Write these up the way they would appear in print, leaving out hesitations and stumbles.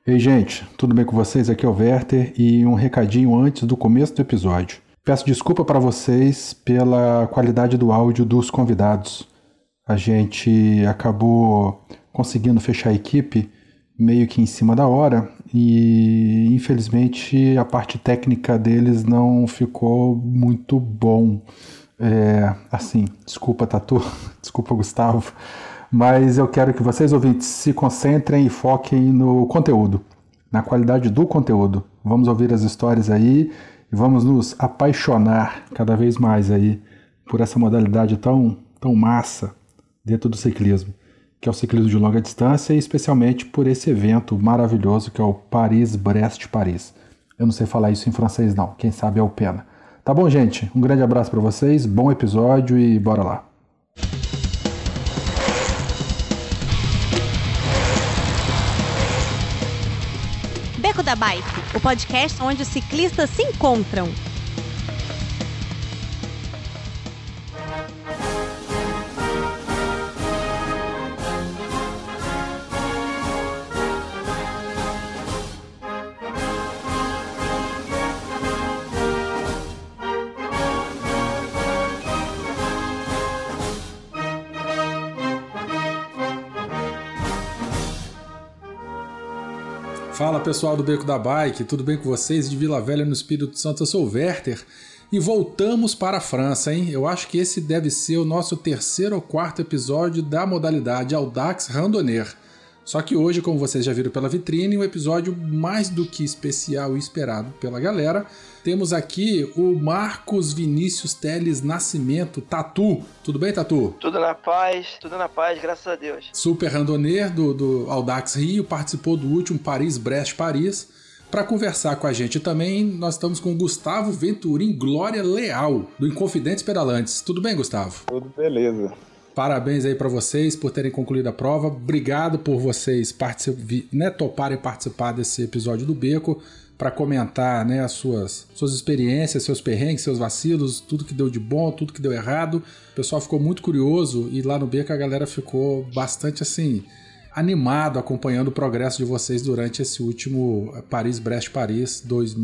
Ei, gente, tudo bem com vocês? Aqui é o Werther e um recadinho antes do começo do episódio. Peço desculpa para vocês pela qualidade do áudio dos convidados. A gente acabou conseguindo fechar a equipe meio que em cima da hora e, infelizmente, a parte técnica deles não ficou muito bom. Desculpa, Tatu, desculpa, Gustavo, mas eu quero que vocês, ouvintes, se concentrem e foquem no conteúdo, na qualidade do conteúdo. Vamos ouvir as histórias aí e vamos nos apaixonar cada vez mais aí por essa modalidade tão massa dentro do ciclismo, que é o ciclismo de longa distância, e especialmente por esse evento maravilhoso que é o Paris-Brest-Paris. Eu não sei falar isso em francês não, quem sabe é o Pena. Tá bom, gente? Um grande abraço para vocês, bom episódio e bora lá. Beco da Bike, o podcast onde os ciclistas se encontram. Fala pessoal do Beco da Bike, tudo bem com vocês? De Vila Velha no Espírito Santo, eu sou o Werther e voltamos para a França, hein? Eu acho que esse deve ser o nosso terceiro ou quarto episódio da modalidade Audax Randonneur. Só que hoje, como vocês já viram pela vitrine, um episódio mais do que especial e esperado pela galera. Temos aqui o Marcos Vinícius Teles Nascimento, Tatu. Tudo bem, Tatu? Tudo na paz, graças a Deus. Super randonneur do Audax Rio, participou do último Paris-Brest-Paris. Para conversar com a gente também, nós estamos com o Gustavo Venturim Glória Leal, do Inconfidentes Pedalantes. Tudo bem, Gustavo? Tudo beleza. Parabéns aí para vocês por terem concluído a prova. Obrigado por vocês toparem participar desse episódio do Beco para comentar, né, as suas experiências, seus perrengues, seus vacilos, tudo que deu de bom, tudo que deu errado. O pessoal ficou muito curioso e lá no Beco a galera ficou bastante assim animado acompanhando o progresso de vocês durante esse último Paris-Brest-Paris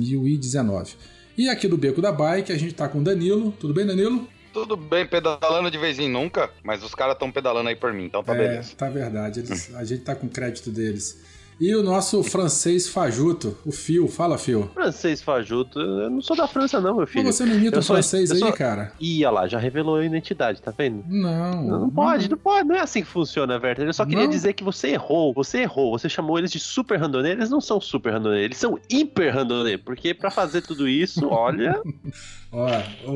2019. E aqui do Beco da Bike a gente tá com o Danilo. Tudo bem, Danilo? Tudo bem, pedalando de vez em nunca, mas os caras estão pedalando aí por mim, então tá beleza. Tá verdade, a gente tá com crédito deles. E o nosso francês fajuto, o Fio. Fala, Fio. Francês fajuto? Eu não sou da França não, meu filho. Mas você não imita o francês aí, cara? Ih, olha lá, já revelou a identidade, tá vendo? Não pode, não é assim que funciona, Werther. Eu só queria dizer que você errou, você chamou eles de super randonneur, eles não são super randonneur, eles são hiper randonneur, porque pra fazer tudo isso, olha... Ó,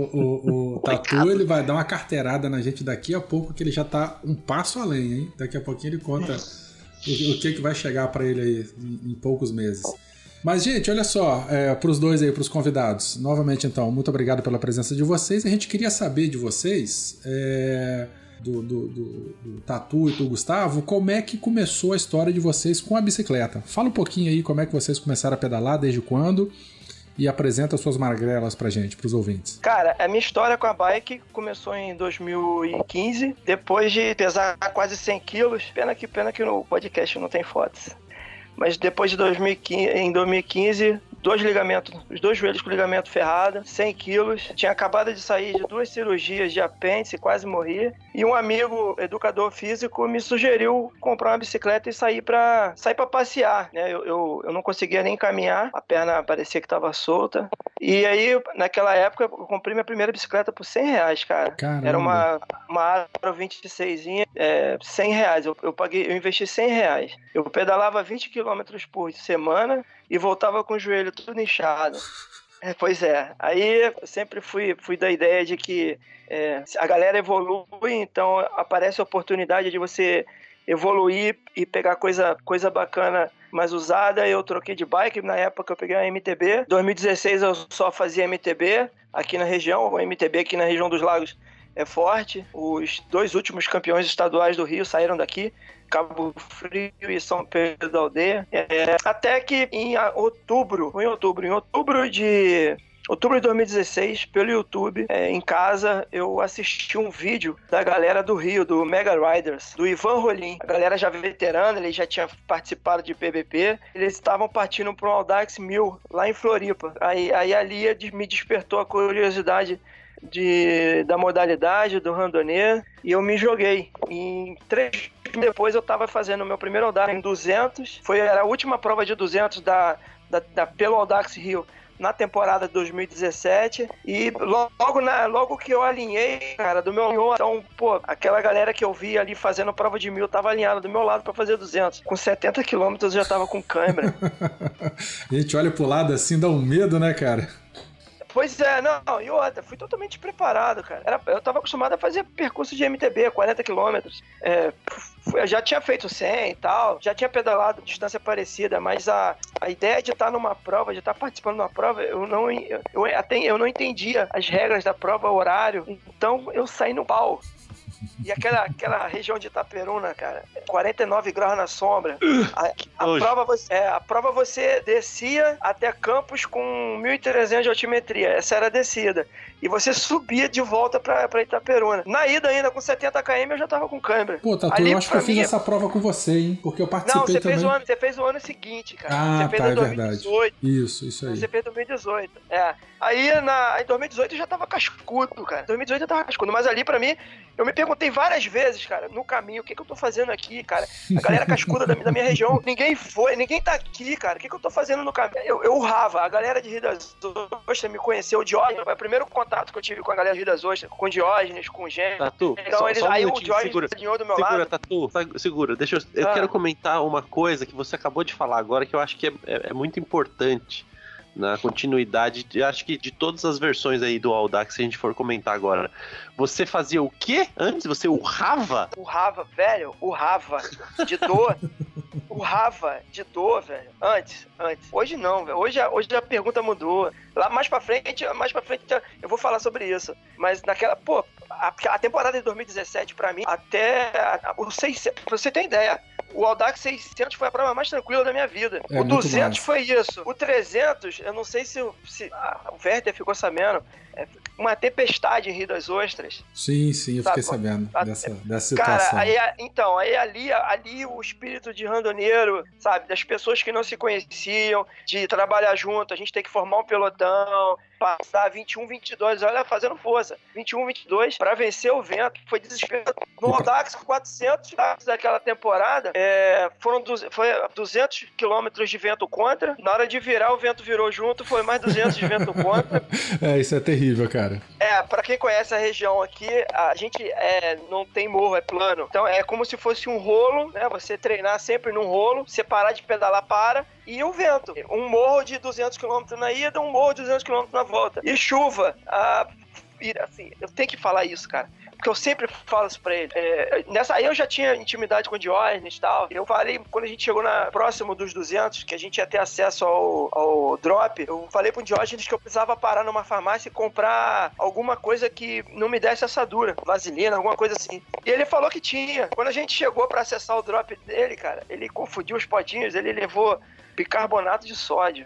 o Tatu, ele vai dar uma carteirada na gente daqui a pouco, que ele já tá um passo além, hein? Daqui a pouquinho ele conta o que vai chegar pra ele aí em poucos meses. Mas, gente, olha só, pros dois aí, pros convidados, novamente então, muito obrigado pela presença de vocês. A gente queria saber de vocês, do Tatu e do Gustavo, como é que começou a história de vocês com a bicicleta. Fala um pouquinho aí como é que vocês começaram a pedalar, desde quando... E apresenta suas magrelas pra gente, pros ouvintes. Cara, a minha história com a bike começou em 2015, depois de pesar quase 100 quilos. Pena que no podcast não tem fotos. Mas depois de 2015, os dois joelhos com ligamento ferrado, 100 quilos. Tinha acabado de sair de 2 cirurgias de apêndice, quase morri. E um amigo, educador físico, me sugeriu comprar uma bicicleta e sair pra passear, né? Eu não conseguia nem caminhar, a perna parecia que estava solta. E aí, naquela época, eu comprei minha primeira bicicleta por R$100, cara. Caramba. Era uma Aro 26zinha, R$100. Eu investi R$100. Eu pedalava 20 km por semana e voltava com o joelho tudo inchado. Pois é. Aí eu sempre fui da ideia de que a galera evolui, então aparece a oportunidade de você evoluir e pegar coisa bacana mais usada. Eu troquei de bike, na época eu peguei uma MTB. Em 2016 eu só fazia MTB aqui na região. O MTB aqui na região dos Lagos é forte. Os 2 últimos campeões estaduais do Rio saíram daqui, Cabo Frio e São Pedro da Aldeia. Até que em outubro de outubro de 2016, pelo YouTube, em casa, eu assisti um vídeo da galera do Rio, do Mega Riders, do Ivan Rolim. A galera já veterana, ele já tinha participado de PVP. Eles estavam partindo para um Audax 1000 lá em Floripa. Aí ali me despertou a curiosidade da modalidade, do randonnée, e eu me joguei. E 3 dias depois eu estava fazendo o meu primeiro Audax em 200. Era a última prova de 200 pelo Audax Rio na temporada de 2017, e logo que eu alinhei, cara, do meu lado, então, pô, aquela galera que eu vi ali fazendo prova de 1000 tava alinhada do meu lado pra fazer 200. Com 70 quilômetros eu já tava com câimbra. A gente olha pro lado assim, dá um medo, né, cara? Pois é, não, e outra, fui totalmente preparado, cara. Eu tava acostumado a fazer percurso de MTB, 40 quilômetros. Eu já tinha feito 100 e tal, já tinha pedalado distância parecida, mas a ideia de estar numa prova, de estar participando de uma prova, eu não entendia as regras da prova, o horário, então eu saí no pau. E aquela região de Itaperuna, cara, 49 graus na sombra. A prova você descia até Campos com 1.300 de altimetria. Essa era a descida. E você subia de volta pra Itaperuna. Na ida ainda, com 70 km, eu já tava com câimbra. Pô, Tatu, eu acho que eu fiz essa prova com você, hein? Porque eu participei também. Não, você fez o ano seguinte, cara. Ah, você fez tá, 2018. É verdade. Isso aí. Você fez 2018. Aí, em 2018 eu já tava cascudo, cara. 2018 eu tava cascudo. Mas ali, pra mim, eu me perguntei várias vezes, cara, no caminho, o que eu tô fazendo aqui, cara? A galera cascuda da minha região, ninguém tá aqui, cara. O que eu tô fazendo no caminho? Eu urrava. A galera de Rio das Ostras me conheceu, o Diógenes, foi o primeiro contato que eu tive com a galera de Rio das Ostras, com o Diógenes, com o Gênio. Tatu, então, aí o Diógenes alinhou do meu lado. Tatu, segura. Eu quero comentar uma coisa que você acabou de falar agora, que eu acho que é muito importante na continuidade, acho que de todas as versões aí do Audax, se a gente for comentar agora. Você fazia o quê antes? Você urrava? Urrava, velho. Urrava. De dor. Urrava de dor, velho. Antes. Hoje não, velho. Hoje a pergunta mudou. Lá mais pra frente, eu vou falar sobre isso. Mas naquela, pô, a temporada de 2017, pra mim, até o 600, pra você ter ideia, o Audax 600 foi a prova mais tranquila da minha vida. O 200 foi isso. O 300, eu não sei se o Werther ficou sabendo, uma tempestade em Rio das Ostras. Sim, eu fiquei sabendo dessa situação. Cara, aí ali o espírito de randoneiro, sabe, das pessoas que não se conheciam, de trabalhar junto, a gente tem que formar um pelotão, passar 21, 22, olha, fazendo força, 21, 22, pra vencer o vento, foi desesperado. No Audax, 400 daquela temporada, foi 200 quilômetros de vento contra, na hora de virar, o vento virou junto, foi mais 200 de vento contra. Isso é terrível, cara. Pra quem conhece a região aqui, a gente não tem morro, é plano, então é como se fosse um rolo, né, você treinar sempre num rolo, você parar de pedalar, e o vento, um morro de 200 km na ida, um morro de 200 km na volta, e chuva, assim, eu tenho que falar isso, cara, porque eu sempre falo isso pra ele. Aí eu já tinha intimidade com o Diógenes e tal. Eu falei, quando a gente chegou próximo dos 200, que a gente ia ter acesso ao drop, eu falei pro Diógenes que eu precisava parar numa farmácia e comprar alguma coisa que não me desse assadura, vaselina, alguma coisa assim. E ele falou que tinha. Quando a gente chegou pra acessar o drop dele, cara, ele confundiu os potinhos, ele levou bicarbonato de sódio.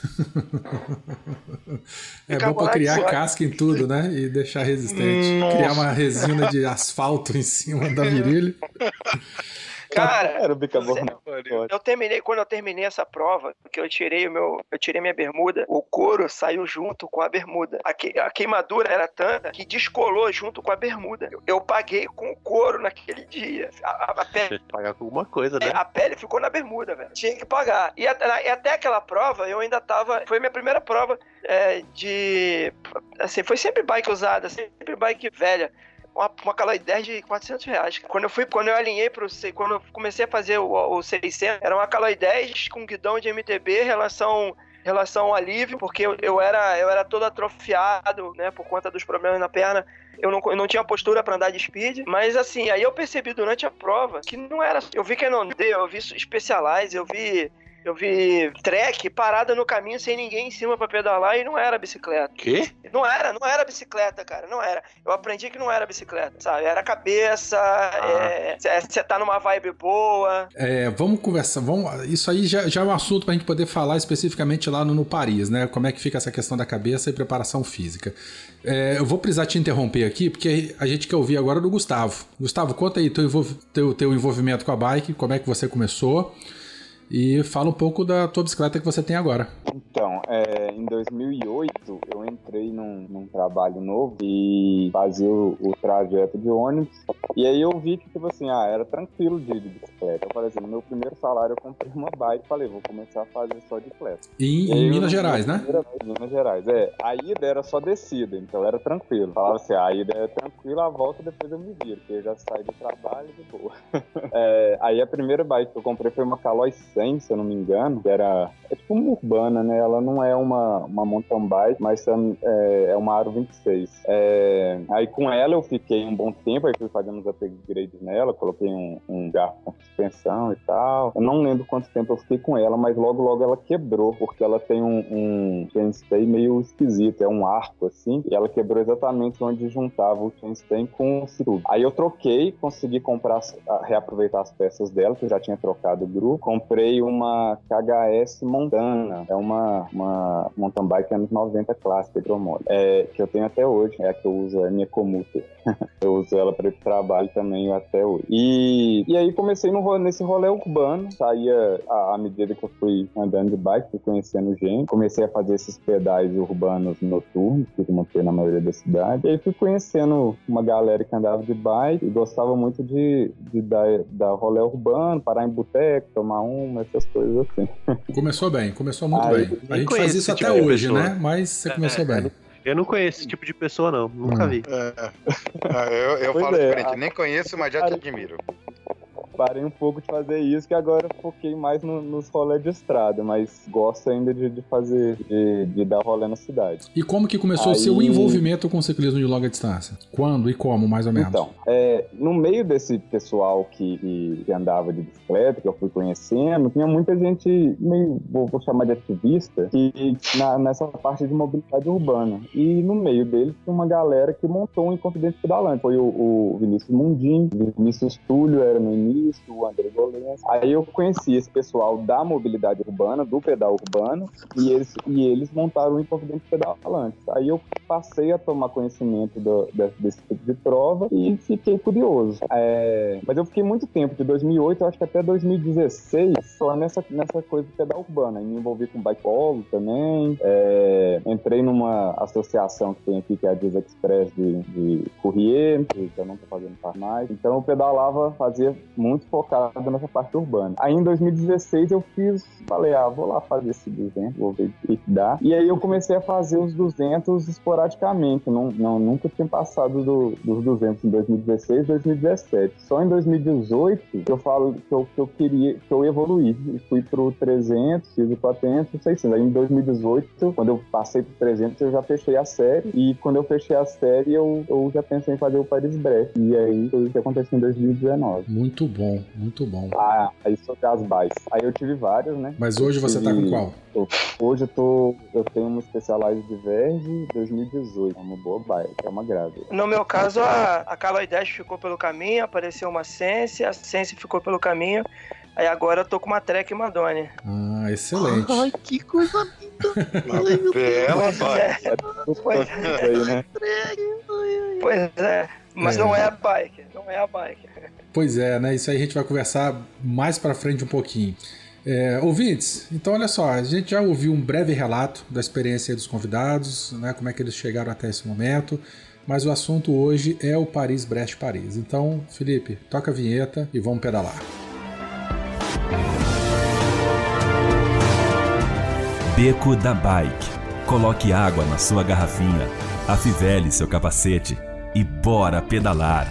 Bom pra criar casca em tudo, né? E deixar resistente. Criar uma resina de asfalto em cima da virilha. Cara, era bicarbonato. Quando eu terminei essa prova, que eu tirei minha bermuda, o couro saiu junto com a bermuda. A queimadura era tanta que descolou junto com a bermuda. Eu paguei com o couro naquele dia. A pele pagar com alguma coisa, né? A pele ficou na bermuda, velho. Tinha que pagar. E até aquela prova, eu ainda tava... Foi minha primeira prova assim, foi sempre bike usada, sempre bike velha. Uma Caloi 10 de R$400. Quando eu alinhei quando eu comecei a fazer o 600, era uma Caloi 10 com guidão de MTB, relação alívio, porque eu era todo atrofiado, né, por conta dos problemas na perna. Eu não tinha postura pra andar de speed, mas assim, aí eu percebi durante a prova que não era... Eu vi Cannondale, eu vi Specialized, eu vi Eu vi trek parada no caminho sem ninguém em cima pra pedalar e não era bicicleta. Quê? Não era bicicleta, cara, não era. Eu aprendi que não era bicicleta, sabe? Era cabeça, você tá numa vibe boa. Vamos conversar, isso aí já é um assunto pra gente poder falar especificamente lá no Paris, né? Como é que fica essa questão da cabeça e preparação física. Eu vou precisar te interromper aqui, porque a gente quer ouvir agora do Gustavo. Gustavo, conta aí teu envolvimento com a bike, como é que você começou e fala um pouco da tua bicicleta que você tem agora. Então, em 2008 eu entrei num trabalho novo e fazia o trajeto de ônibus, e aí eu vi que, tipo assim, era tranquilo de bicicleta. Eu falei assim, no meu primeiro salário eu comprei uma bike e falei, vou começar a fazer só de bicicleta. Em Minas Gerais, né? Em Minas Gerais, a ida era só descida, então era tranquilo. Falava assim, a ida é tranquila, a volta depois eu me viro, porque eu já saí do trabalho de boa. Aí a primeira bike que eu comprei foi uma Caloi 100, se eu não me engano, que é tipo uma urbana, né? Ela não é uma mountain bike, mas é uma Aro 26. Aí com ela eu fiquei um bom tempo, aí fui fazendo uns upgrades nela, coloquei um garfo com suspensão e tal. Eu não lembro quanto tempo eu fiquei com ela, mas logo ela quebrou, porque ela tem um chainstay meio esquisito, é um arco assim, e ela quebrou exatamente onde juntava o chainstay com o circuito. Aí eu troquei, consegui reaproveitar as peças dela, que eu já tinha trocado o grupo. Comprei uma KHS Montana, é uma mountain bike anos 90 clássica, hidromóvel, que eu tenho até hoje, é a que eu uso, é a minha commuter. Eu uso ela para ir pro trabalho também até hoje. E aí comecei nesse rolê urbano, saía à medida que eu fui andando de bike, fui conhecendo gente, comecei a fazer esses pedais urbanos noturnos, que eu montei na maioria da cidade, e aí fui conhecendo uma galera que andava de bike e gostava muito de dar rolê urbano, parar em boteco, tomar essas coisas assim. Começou muito bem. A gente faz isso até hoje, né? Mas você começou bem. Eu não conheço esse tipo de pessoa, não. Nunca vi. Eu falo diferente. Nem conheço, mas já te admiro. Parei um pouco de fazer isso, que agora eu foquei mais nos rolês de estrada, mas gosto ainda de fazer, de dar rolê na cidade. E como que começou o seu envolvimento com o ciclismo de longa distância? Quando e como, mais ou menos? Então, no meio desse pessoal que andava de bicicleta, que eu fui conhecendo, tinha muita gente meio, vou chamar de ativista, que nessa parte de mobilidade urbana. E no meio deles tinha uma galera que montou um Inconfidente Pedalante. Foi o Vinícius Mundim, o Vinícius Túlio era no início, o André Golense. Aí eu conheci esse pessoal da mobilidade urbana, do pedal urbano, e eles montaram o Inconfidente Pedalante. Aí eu passei a tomar conhecimento desse tipo de prova e fiquei curioso. Mas eu fiquei muito tempo, de 2008, eu acho que até 2016, só nessa coisa de pedal urbana. Me envolvi com bike polo também, entrei numa associação que tem aqui, que é a Diz Express de Courrier, que eu não tô fazendo mais. Então eu pedalava, fazia muito focado nessa parte urbana. Aí em 2016 eu falei, vou lá fazer esse 200, vou ver o que dá. E aí eu comecei a fazer os 200 esporadicamente, nunca tinha passado dos 200 em 2016, 2017. Só em 2018 que eu falo que eu evoluí, e fui pro 300, fiz o 400, o 600. Aí em 2018, quando eu passei pro 300, eu já fechei a série, e quando eu fechei a série, eu já pensei em fazer o Paris-Brest. E aí foi o que aconteceu em 2019. Muito bom, muito bom. Aí sobre as bikes. Aí eu tive várias, né? Mas hoje você tá com qual? Hoje eu tenho uma Specialized Verde 2018, é uma boa bike, é uma grave. No meu caso, a Caloi 10 ficou pelo caminho, apareceu uma Sense, a Sense ficou pelo caminho, aí agora eu tô com uma Trek Madone. Excelente. Ai, que coisa linda. Bela bike. Pois é, mas não é a bike, Pois é, né? Isso aí a gente vai conversar mais pra frente um pouquinho. Ouvintes, então olha só, a gente já ouviu um breve relato da experiência dos convidados, né, como é que eles chegaram até esse momento, mas o assunto hoje é o Paris-Brest-Paris. Então, Felipe, toca a vinheta e vamos pedalar. Beco da Bike. Coloque água na sua garrafinha, afivele seu capacete e bora pedalar.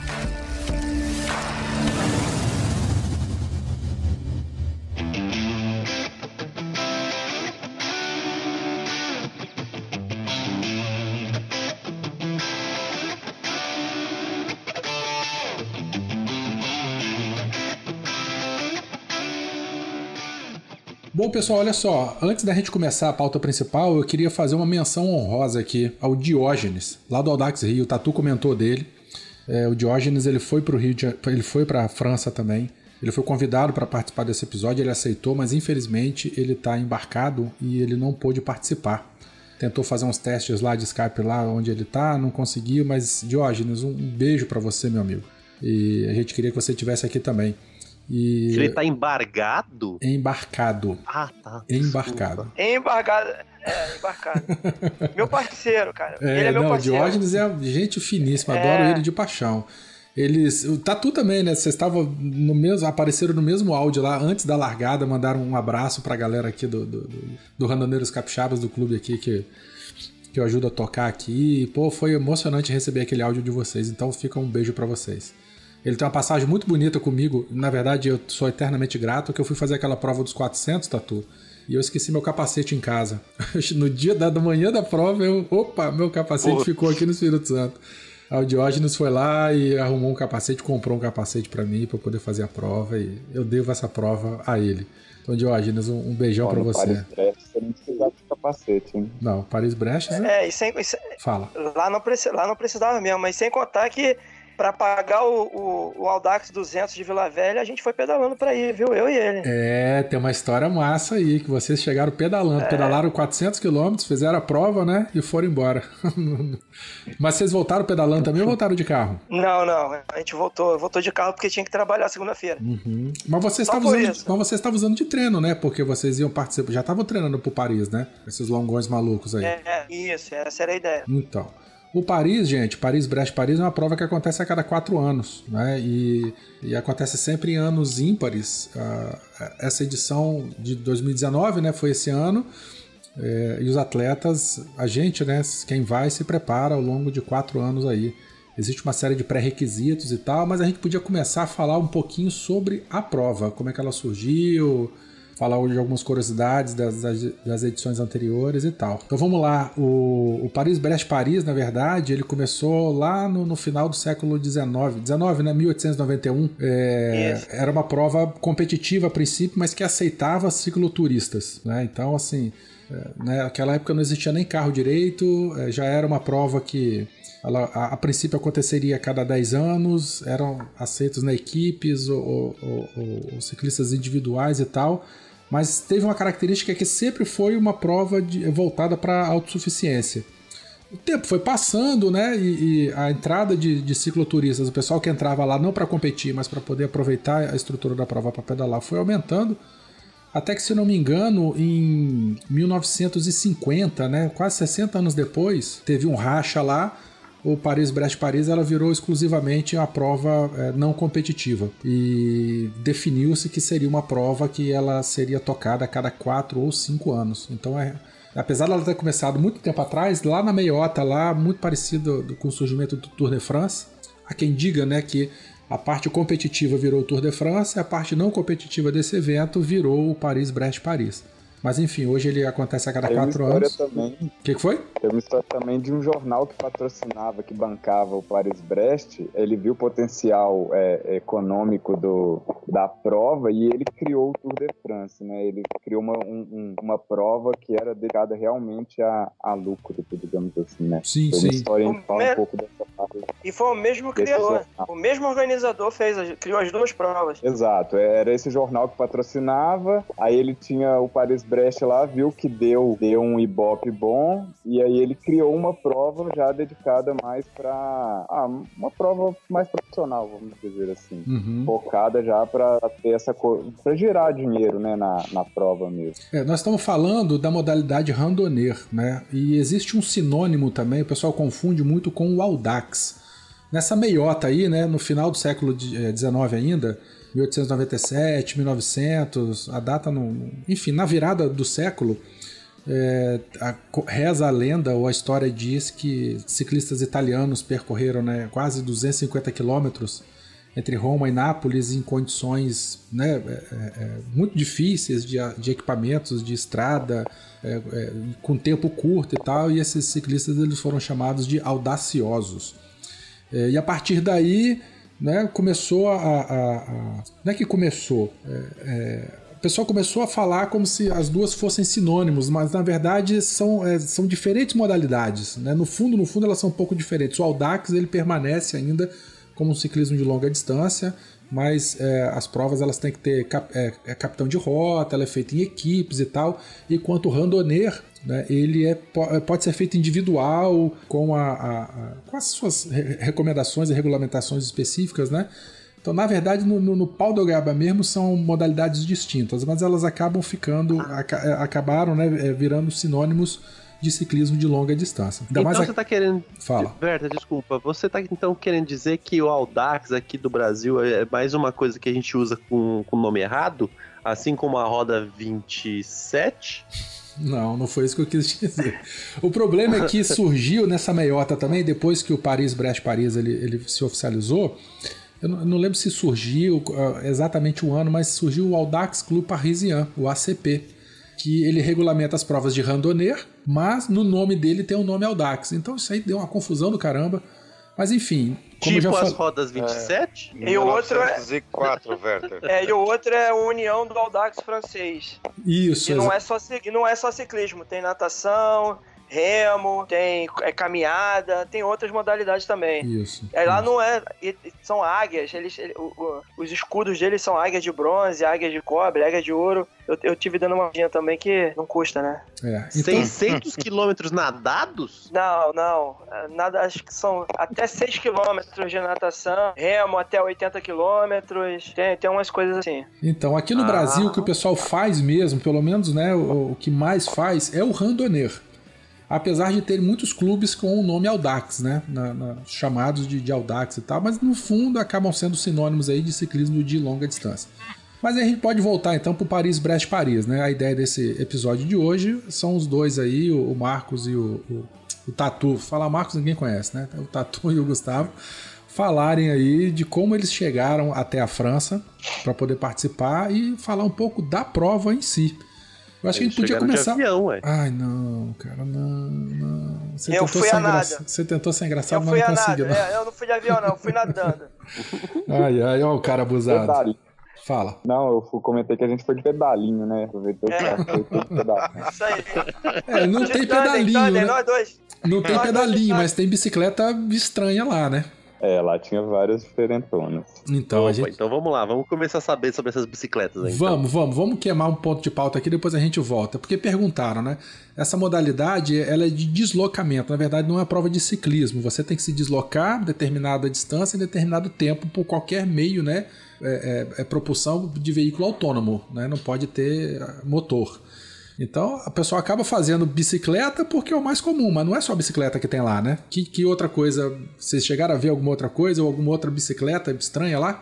Bom, pessoal, olha só. Antes da gente começar a pauta principal, eu queria fazer uma menção honrosa aqui ao Diógenes, lá do Audax Rio. O Tatu comentou dele. O Diógenes, ele foi para o Rio, ele foi para a França também. Ele foi convidado para participar desse episódio, ele aceitou, mas infelizmente ele está embarcado e ele não pôde participar. Tentou fazer uns testes lá de Skype lá onde ele está, não conseguiu, mas Diógenes, um beijo para você, meu amigo. E a gente queria que você estivesse aqui também. E... Ele tá embargado? Embarcado. Ah, tá. Embarcado. Embarcado. Meu parceiro, cara. Ele é meu parceiro. O Diógenes é gente finíssima, adoro ele de paixão. O Tatu também, né? Vocês estavam apareceram no mesmo áudio lá, antes da largada, mandaram um abraço pra galera aqui do Randoneiros Capixabas, do clube aqui, que eu ajudo a tocar aqui. Pô, foi emocionante receber aquele áudio de vocês, então fica um beijo pra vocês. Ele tem uma passagem muito bonita comigo. Na verdade, eu sou eternamente grato, que eu fui fazer aquela prova dos 400, Tatu, e eu esqueci meu capacete em casa. No dia da manhã da prova, meu capacete ficou aqui no Espírito Santo. Aí o Diógenes foi lá e arrumou um capacete, comprou um capacete pra mim, pra eu poder fazer a prova, e eu devo essa prova a ele. Então, Diógenes, um beijão pra você. Paris-Brest, você não precisava de capacete, hein? Não, Paris-Brest... Fala. Lá não precisava mesmo, mas sem contar que pra pagar o Audax 200 de Vila Velha, a gente foi pedalando pra ir, viu? Eu e ele. Tem uma história massa aí, que vocês chegaram pedalando. Pedalaram 400 km, fizeram a prova, né? E foram embora. Mas vocês voltaram pedalando também ou voltaram de carro? Não. A gente voltou de carro porque tinha que trabalhar segunda-feira. Uhum. Mas vocês estavam usando de treino, né? Porque vocês iam participar, já estavam treinando pro Paris, né? Esses longões malucos aí. Isso, essa era a ideia. Então... O Paris, gente, Paris-Brest-Paris é uma prova que acontece a cada 4 anos, né? E acontece sempre em anos ímpares. Essa edição de 2019, né, foi esse ano. E os atletas, a gente, né, quem vai se prepara ao longo de 4 anos aí. Existe uma série de pré-requisitos e tal, mas a gente podia começar a falar um pouquinho sobre a prova, como é que ela surgiu, falar de algumas curiosidades das edições anteriores e tal. Então vamos lá, o Paris-Brest-Paris, na verdade, ele começou lá no final do século XIX, né, 1891. Era uma prova competitiva a princípio, mas que aceitava cicloturistas, né? Então, assim, naquela época não existia nem carro direito, já era uma prova que a princípio aconteceria a cada 10 anos, eram aceitos na equipes ou ciclistas individuais e tal, mas teve uma característica que sempre foi uma prova voltada para a autossuficiência. O tempo foi passando, né, e a entrada de cicloturistas, o pessoal que entrava lá não para competir, mas para poder aproveitar a estrutura da prova para pedalar, foi aumentando, até que, se não me engano, em 1950, né, quase 60 anos depois, teve um racha lá. O Paris-Brest-Paris ela virou exclusivamente uma prova não competitiva e definiu-se que seria uma prova que ela seria tocada a cada 4 ou 5 anos. Então, apesar dela ter começado muito tempo atrás, lá na meiota, lá, muito parecido com o surgimento do Tour de France, há quem diga, né, que a parte competitiva virou o Tour de France e a parte não competitiva desse evento virou o Paris-Brest-Paris. Mas enfim, hoje ele acontece a cada 4 anos. O que foi? Tem uma história também de um jornal que patrocinava, que bancava o Paris-Brest. Ele viu o potencial econômico da prova e ele criou o Tour de France, né? Ele criou uma prova que era dedicada realmente a lucro, digamos assim, né? Sim, Tem sim. uma história que fala um pouco dessa parte. E foi o mesmo criador, o mesmo organizador criou as 2 provas. Exato, era esse jornal que patrocinava, aí ele tinha o Paris-Brest lá, viu que deu um ibope bom, e aí ele criou uma prova já dedicada mais para uma prova mais profissional, vamos dizer assim, focada já para ter para gerar dinheiro, né, na prova mesmo. Nós estamos falando da modalidade randonneur, né, e existe um sinônimo também, o pessoal confunde muito com o Audax. Nessa meiota aí, né, no final do século XIX ainda, 1897, 1900, a data, enfim, na virada do século, reza a lenda ou a história diz que ciclistas italianos percorreram, né, quase 250 quilômetros entre Roma e Nápoles em condições, né, muito difíceis de equipamentos, de estrada, com tempo curto e tal, e esses ciclistas eles foram chamados de audaciosos. E a partir daí, né, começou não é que começou, o pessoal começou a falar como se as duas fossem sinônimos, mas na verdade são diferentes modalidades, né? No fundo elas são um pouco diferentes. O Audax ele permanece ainda como um ciclismo de longa distância, mas as provas elas têm que ter capitão de rota, ela é feita em equipes e tal, enquanto o randonneur, né, ele pode ser feito individual com as suas recomendações e regulamentações específicas, né? Então, na verdade, no pau da goiaba mesmo são modalidades distintas, mas elas acabaram, né, virando sinônimos de ciclismo de longa distância. Então você tá querendo... Fala. Berta, desculpa. Você tá então querendo dizer que o Audax aqui do Brasil é mais uma coisa que a gente usa com o nome errado? Assim como a roda 27? Não foi isso que eu quis dizer. O problema é que surgiu nessa meiota também, depois que o Paris-Brest-Paris ele se oficializou. Eu não lembro se surgiu exatamente o ano, mas surgiu o Audax Club Parisien, o ACP, que ele regulamenta as provas de randonneur, mas no nome dele tem o nome Audax. Então isso aí deu uma confusão do caramba. Mas enfim... Como tipo as rodas 27? E o outro Werther. E o outro é a união do Audax francês. Isso. E não é só ciclismo, tem natação, remo, tem caminhada, tem outras modalidades também. Isso. Lá não é... São águias, os escudos deles são águias de bronze, águias de cobre, águias de ouro. Eu tive dando uma olhadinha também que não custa, né? Então... 600 quilômetros nadados? Não. Nada, acho que são até 6 quilômetros de natação, remo até 80 quilômetros, tem umas coisas assim. Então, aqui no Brasil, o que o pessoal faz mesmo, pelo menos, né, o que mais faz é o randonneur. Apesar de ter muitos clubes com o nome Audax, né? Chamados de Audax e tal, mas no fundo acabam sendo sinônimos aí de ciclismo de longa distância. Mas aí a gente pode voltar então para o Paris-Brest-Paris, né? A ideia desse episódio de hoje são os dois aí, o Marcos e o Tatu. Falar Marcos ninguém conhece, né? O Tatu e o Gustavo falarem aí de como eles chegaram até a França para poder participar e falar um pouco da prova em si. Eu acho que a gente podia começar... De avião, ué. Ai, não, cara, não. Você tentou ser engraçado, mas não conseguiu. Eu não fui de avião, não. Eu fui nadando. Ai, ó o cara abusado. Pedalinho. Fala. Não, eu comentei que a gente foi de pedalinho, né? Aproveitou o pedalinho. Isso aí. Não tem pedalinho, né? Nós dois. Não tem pedalinho, mas tem bicicleta estranha lá, né? Lá tinha várias diferentonas. Então, então vamos lá, vamos começar a saber sobre essas bicicletas aí. Vamos queimar um ponto de pauta aqui, depois a gente volta. Porque perguntaram, né? Essa modalidade, ela é de deslocamento. Na verdade, não é prova de ciclismo. Você tem que se deslocar determinada distância em determinado tempo por qualquer meio, né? Propulsão de veículo autônomo, né? Não pode ter motor. Então, a pessoa acaba fazendo bicicleta porque é o mais comum, mas não é só a bicicleta que tem lá, né? Que outra coisa? Vocês chegaram a ver alguma outra coisa ou alguma outra bicicleta estranha lá?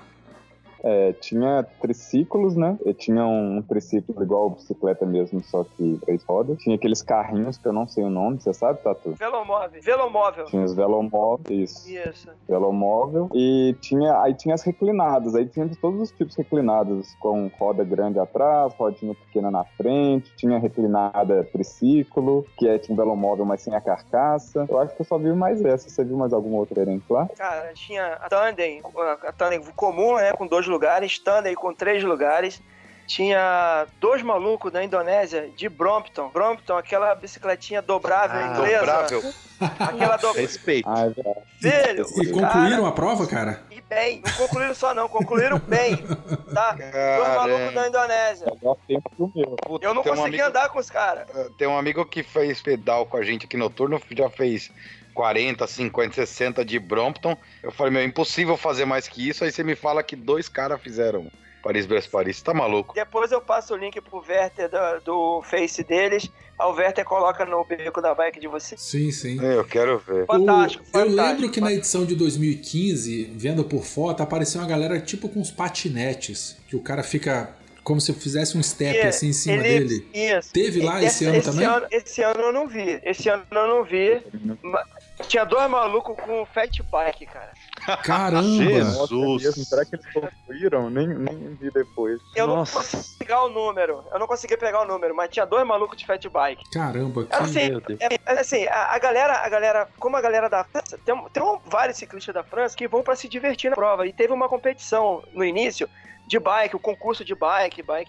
Tinha triciclos, né? Eu tinha um triciclo igual bicicleta mesmo, só que 3 rodas. Tinha aqueles carrinhos que eu não sei o nome, você sabe, Tatu? Velomóvel. Tinha os velomóveis. Isso. Velomóvel. E tinha as reclinadas. Aí tinha de todos os tipos reclinadas, com roda grande atrás, rodinha pequena na frente. Tinha reclinada triciclo, que tinha um velomóvel, mas sem a carcaça. Eu acho que eu só vi mais essa. Você viu mais alguma outra diferente lá? Cara, tinha a tandem comum, né? Com 2 lugares, tandem com 3 lugares. Tinha 2 malucos da Indonésia de Brompton, aquela bicicletinha dobrável inglesa. Dobrável. Aquela Respeito. Filho, e concluíram a prova, cara? E bem, não concluíram só não, concluíram bem, tá? 2 malucos da Indonésia. Eu não consegui andar com os caras. Tem um amigo que fez pedal com a gente aqui no turno, já fez 40, 50, 60 de Brompton. Eu falei, impossível fazer mais que isso. Aí você me fala que 2 caras fizeram Paris-Brest-Paris, tá maluco? Depois eu passo o link pro Werther do Face deles. O Werther coloca no beco da bike de vocês. Sim. Eu quero ver. Fantástico. Eu lembro que na edição de 2015, vendo por foto, apareceu uma galera tipo com uns patinetes, que o cara fica como se fizesse um step assim em cima dele. Isso. Teve lá esse ano também? Esse ano eu não vi. Tinha 2 malucos com fat bike, cara. Caramba! Jesus! Será que eles concluíram? Nem vi depois. Eu não consegui pegar o número, mas tinha 2 malucos de fat bike. Caramba, que... Assim, a galera, como a galera da França, tem vários ciclistas da França que vão pra se divertir na prova. E teve uma competição no início de bike, o concurso de bike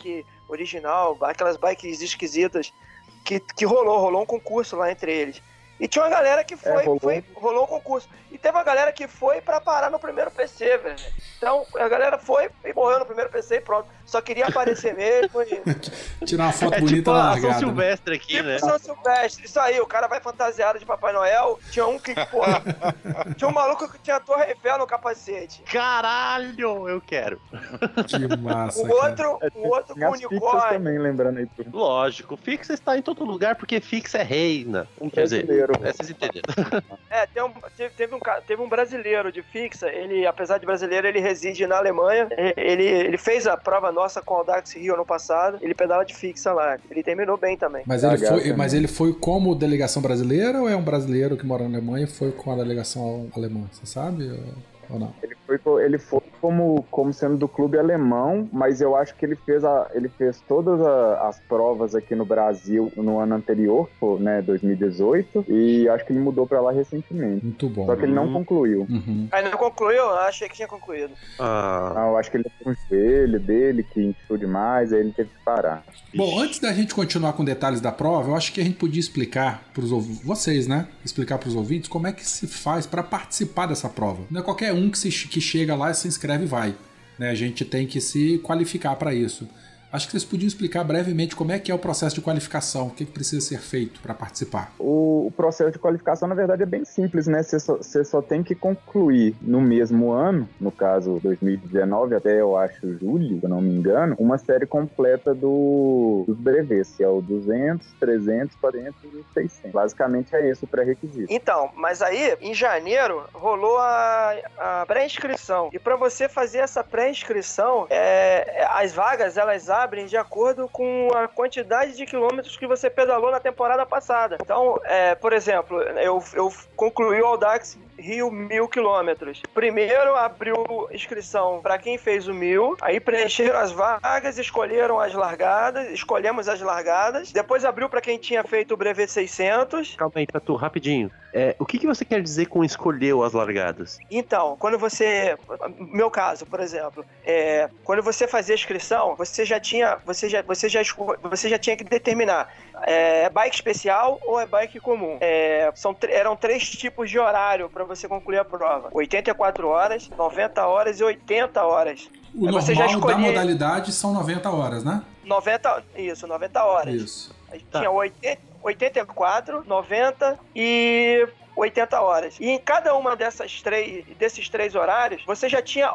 original, aquelas bikes esquisitas, que rolou um concurso lá entre eles. E tinha uma galera que rolou um concurso. E teve uma galera que foi pra parar no primeiro PC, velho. Então, a galera foi e morreu no primeiro PC e pronto. Só queria aparecer mesmo e... Tirar uma foto bonita tipo na a largada. São Silvestre aqui, tipo né? São Silvestre, isso aí, o cara vai fantasiado de Papai Noel. Tinha um que, porra, tinha um maluco que tinha a Torre Eiffel no capacete. Caralho, eu quero. Que massa, O outro com As Pixas unicórnio. também, lembrando aí tudo. Lógico, Fixa está em todo lugar porque Fixa é reina. Quer dizer, Brasileiro. vocês entenderam. Teve um brasileiro de Fixa, ele, apesar de brasileiro, ele reside na Alemanha. Ele fez a prova nossa com o Audax Rio ano passado, ele pedala de Fixa lá. Ele terminou bem também. Mas ele foi como delegação brasileira ou é um brasileiro que mora na Alemanha e foi com a delegação alemã? Você sabe ou não? Ele foi como sendo do clube alemão, mas eu acho que ele fez todas as provas aqui no Brasil no ano anterior, né, 2018, e acho que ele mudou pra lá recentemente. Muito bom. Só que ele não concluiu. Uhum. Aí não concluiu? Eu achei que tinha concluído. Eu acho que ele teve um joelho dele que inchou demais, aí ele teve que parar. Bom, antes da gente continuar com detalhes da prova, eu acho que a gente podia explicar para vocês, né? Explicar para os ouvintes como é que se faz para participar dessa prova. Não é qualquer um que chega lá e se inscreve e vai, né? A gente tem que se qualificar para isso. Acho que vocês podiam explicar brevemente como é que é o processo de qualificação, o que precisa ser feito para participar. O processo de qualificação, na verdade, é bem simples, né? Você só tem que concluir no mesmo ano, no caso 2019 até, eu acho, julho, se eu não me engano, uma série completa dos brevets, que é o 200, 300, 400 e 600. Basicamente é esse o pré-requisito. Então, mas aí, em janeiro, rolou a pré-inscrição. E para você fazer essa pré-inscrição, as vagas, elas abrem de acordo com a quantidade de quilômetros que você pedalou na temporada passada. Então, por exemplo, eu concluí o Audax Rio 1.000 quilômetros. Primeiro abriu inscrição para quem fez o 1.000, aí preencheram as vagas, escolhemos as largadas, depois abriu para quem tinha feito o brevet 600. Calma aí, Tatu, rapidinho. O que você quer dizer com escolheu as largadas? Então, quando meu caso, por exemplo, quando você fazia a inscrição, você já tinha que determinar bike especial ou é bike comum. Eram 3 tipos de horário para você concluir a prova: 84 horas, 90 horas e 80 horas. O normal da modalidade são 90 horas, né? 90 horas. Isso. Tinha 84, 90 e 80 horas. E em cada uma desses 3 horários, você já tinha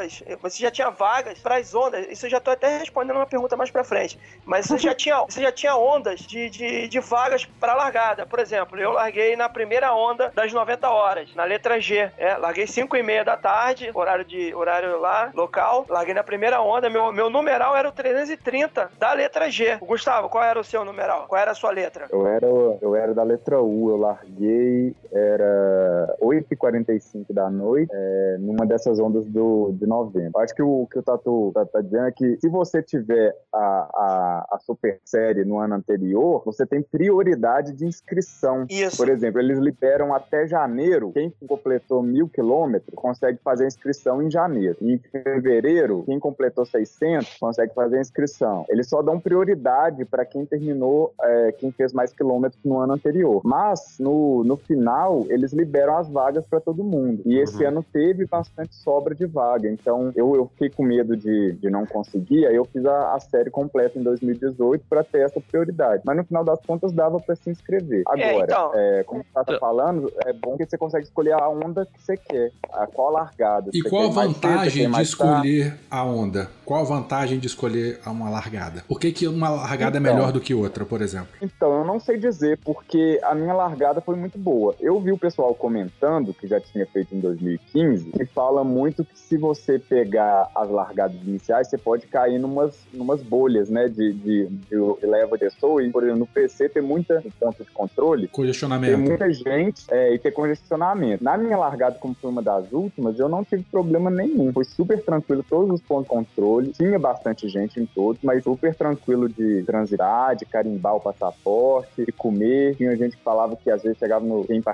vagas para as ondas. Isso eu já tô até respondendo uma pergunta mais para frente. Mas você já tinha ondas de vagas para largada. Por exemplo, eu larguei na primeira onda das 90 horas, na letra G. Larguei 5h30 da tarde, horário lá, local. Larguei na primeira onda. Meu numeral era o 330 da letra G. Gustavo, qual era o seu numeral? Qual era a sua letra? Eu era da letra U. Eu larguei... Era 8h45 da noite, numa dessas ondas de novembro. Acho que o Tatu tá dizendo é que se você tiver a super série no ano anterior, você tem prioridade de inscrição. Isso. Por exemplo, eles liberam até janeiro. Quem completou 1.000 quilômetros consegue fazer a inscrição em janeiro. Em fevereiro, quem completou 600 consegue fazer a inscrição. Eles só dão prioridade para quem terminou, quem fez mais quilômetros no ano anterior. Mas, no final, eles liberam as vagas para todo mundo. E esse ano teve bastante sobra de vaga. Então, eu fiquei com medo de não conseguir. Aí eu fiz a série completa em 2018 para ter essa prioridade. Mas no final das contas, dava para se inscrever. Agora, como você está falando, é bom que você consegue escolher a onda que você quer. Qual a largada. E qual a vantagem de escolher a onda? Qual a vantagem de escolher uma largada? Por que uma largada é melhor do que outra, por exemplo? Então, eu não sei dizer, porque a minha largada foi muito boa. Eu vi o pessoal comentando, que já tinha feito em 2015, que fala muito que se você pegar as largadas iniciais, você pode cair numas bolhas, né, de leva de pessoa. E, por exemplo, no PC tem muita ponto de controle. Congestionamento. Tem muita gente e tem congestionamento. Na minha largada, como foi uma das últimas, eu não tive problema nenhum. Foi super tranquilo, todos os pontos de controle. Tinha bastante gente em todos, mas super tranquilo de transitar, de carimbar o passaporte, de comer. Tinha gente que falava que às vezes chegava quem participava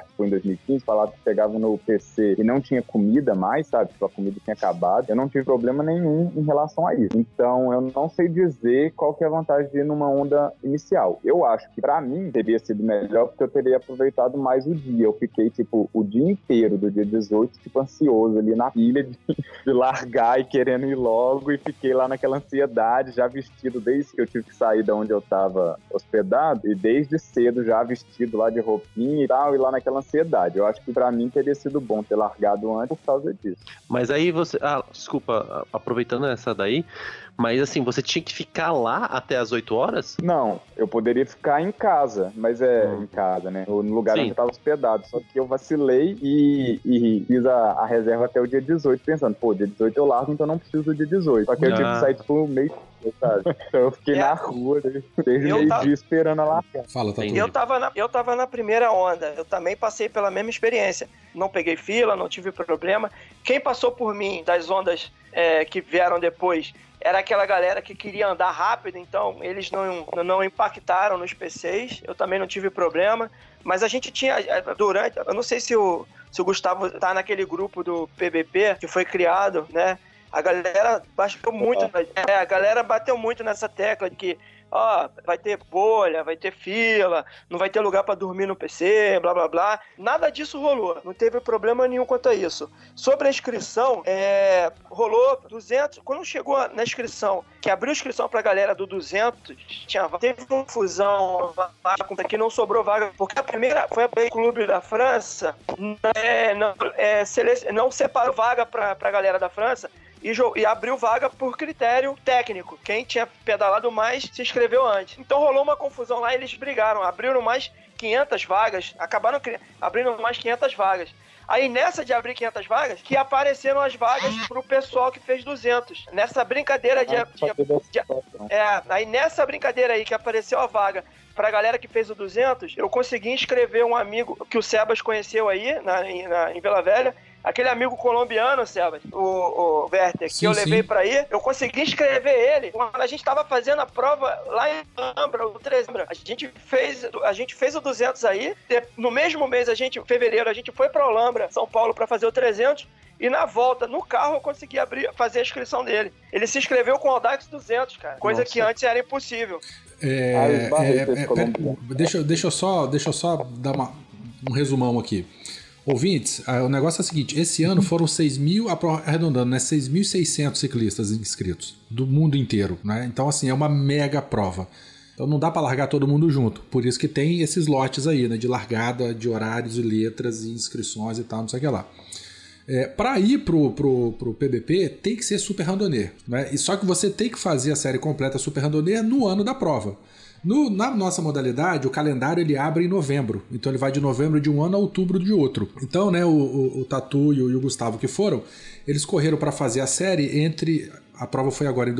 foi em 2015, falava que chegava no PC e não tinha comida mais, sabe? Tipo, a comida tinha acabado. Eu não tive problema nenhum em relação a isso. Então, eu não sei dizer qual que é a vantagem de ir numa onda inicial. Eu acho que, pra mim, teria sido melhor porque eu teria aproveitado mais o dia. Eu fiquei, tipo, o dia inteiro do dia 18, tipo, ansioso ali na pilha de largar e querendo ir logo, e fiquei lá naquela ansiedade, já vestido desde que eu tive que sair de onde eu tava hospedado, e desde cedo já vestido lá de roupinha e tal, e lá naquela ansiedade. Eu acho que pra mim teria sido bom ter largado antes por causa disso. Mas aí você... desculpa, aproveitando essa daí, mas assim, você tinha que ficar lá até as 8 horas? Não, eu poderia ficar em casa, mas em casa, né? No lugar Sim. onde eu tava hospedado. Só que eu vacilei e fiz a reserva até o dia 18, pensando, pô, dia 18 eu largo, então não preciso do dia 18. Só que eu tive que sair, tipo, meio... sabe? Então eu fiquei na rua desde meio-dia esperando a largar. Fala, Tatu. Eu tava na primeira onda, eu também passei pela mesma experiência. Não peguei fila, não tive problema. Quem passou por mim das ondas que vieram depois era aquela galera que queria andar rápido, então eles não impactaram nos PCs, eu também não tive problema. Mas a gente tinha, eu não sei se o Gustavo tá naquele grupo do PBP que foi criado, né? A galera bateu muito nessa tecla de que vai ter bolha, vai ter fila, não vai ter lugar pra dormir no PC, blá blá blá. Nada disso rolou, não teve problema nenhum quanto a isso. Sobre a inscrição, rolou 200, quando chegou na inscrição, que abriu a inscrição pra galera do 200, teve confusão que não sobrou vaga, porque a primeira foi o clube da França, não separou vaga pra galera da França, e abriu vaga por critério técnico. Quem tinha pedalado mais se inscreveu antes. Então rolou uma confusão lá, eles brigaram, abriram mais 500 vagas, acabaram abrindo mais 500 vagas. Aí nessa de abrir 500 vagas, que apareceram as vagas pro pessoal que fez 200. Nessa brincadeira aí nessa brincadeira aí que apareceu a vaga pra galera que fez o 200, eu consegui inscrever um amigo que o Sebas conheceu aí em Vila Velha. Aquele amigo colombiano, Sebas, o Werther, que eu levei pra ir, eu consegui inscrever ele quando a gente tava fazendo a prova lá em Alhambra, o 300. A gente fez o 200 aí, no mesmo mês, fevereiro, a gente foi pra Alhambra, São Paulo, pra fazer o 300, e na volta, no carro, eu consegui fazer a inscrição dele. Ele se inscreveu com o Audax 200, cara, coisa que antes era impossível. Deixa eu só dar um resumão aqui. Ouvintes, o negócio é o seguinte, esse ano foram 6.600 ciclistas inscritos, do mundo inteiro, né? Então, assim, é uma mega prova. Então não dá para largar todo mundo junto, por isso que tem esses lotes aí, né, de largada, de horários e letras e inscrições e tal, não sei o que lá. Para ir pro PBP tem que ser super randonneur, né? E só que você tem que fazer a série completa super randonneur no ano da prova. Na nossa modalidade, o calendário ele abre em novembro, então ele vai de novembro de um ano a outubro de outro. Então, né, o Tatu e o Gustavo que foram, eles correram para fazer a série a prova foi agora em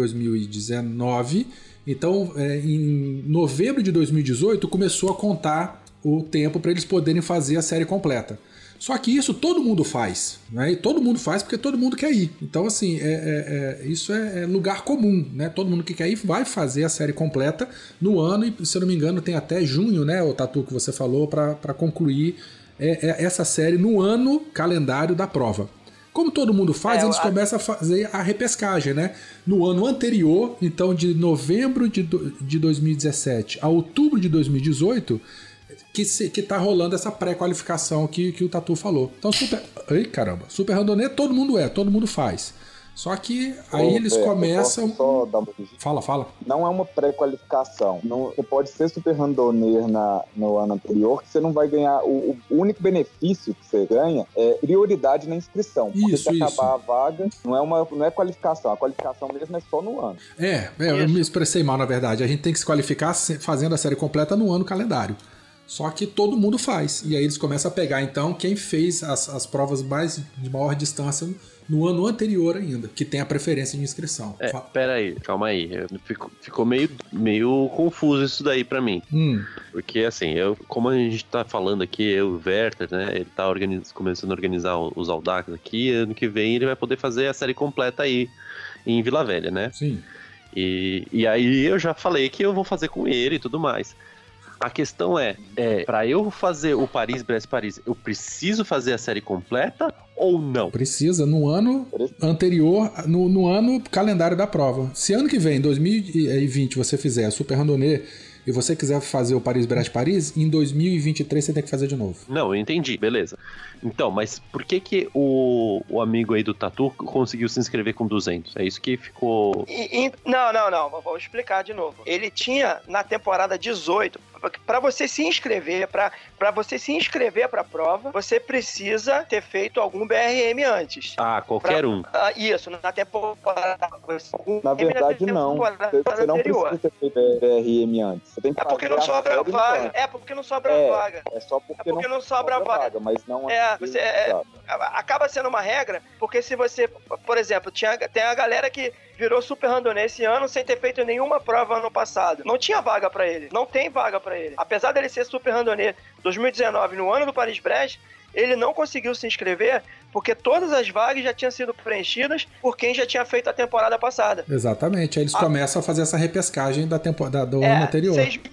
2019, então em novembro de 2018 começou a contar o tempo para eles poderem fazer a série completa. Só que isso todo mundo faz, né? E todo mundo faz porque todo mundo quer ir. Então, assim, isso é lugar comum, né? Todo mundo que quer ir vai fazer a série completa no ano e, se eu não me engano, tem até junho, né, o Tatu que você falou, para concluir essa série no ano calendário da prova. Como todo mundo faz, eles começam a fazer a repescagem, né? No ano anterior, então de novembro de 2017 a outubro de 2018... que tá rolando essa pré-qualificação que o Tatu falou. Então, super randonneur todo mundo faz. Só que aí eles começam... Só dar uma... Fala. Não é uma pré-qualificação. Você pode ser super randonneur no ano anterior, que você não vai ganhar... O único benefício que você ganha é prioridade na inscrição. Porque se acabar a vaga, não é qualificação. A qualificação mesmo é só no ano. Eu me expressei mal, na verdade. A gente tem que se qualificar fazendo a série completa no ano calendário. Só que todo mundo faz. E aí eles começam a pegar, então, quem fez as provas de maior distância no ano anterior ainda, que tem a preferência de inscrição. Pera aí, calma aí. Ficou meio confuso isso daí pra mim. Porque, assim, como a gente tá falando aqui, o Werther, né, ele tá começando a organizar os Audax aqui, ano que vem ele vai poder fazer a série completa aí em Vila Velha, né? Sim. E aí eu já falei que eu vou fazer com ele e tudo mais. A questão é para eu fazer o Paris-Brest-Paris, eu preciso fazer a série completa ou não? Precisa, no ano anterior, no ano calendário da prova. Se ano que vem, 2020, você fizer a Super Randonnée e você quiser fazer o Paris-Brest-Paris, em 2023 você tem que fazer de novo. Não, eu entendi, beleza. Então, mas por que o amigo aí do Tatu conseguiu se inscrever com 200? É isso que ficou... Não. Vou explicar de novo. Ele tinha, na temporada 18, para você se inscrever, para você se inscrever para a prova, você precisa ter feito algum BRM antes. Ah, qualquer um. Isso, na temporada... Na verdade, não. Você não precisa ter feito BRM antes. Você tem que porque não sobra vaga. Porque não sobra vaga. É só porque não sobra vaga. Mas não acaba sendo uma regra, porque se você, por exemplo, tem a galera que virou Super Randonnée esse ano sem ter feito nenhuma prova ano passado. Não tinha vaga pra ele. Não tem vaga pra ele. Apesar dele ser Super Randonnée 2019 no ano do Paris-Brest, ele não conseguiu se inscrever porque todas as vagas já tinham sido preenchidas por quem já tinha feito a temporada passada. Exatamente. Aí eles começam a fazer essa repescagem da temporada do ano anterior.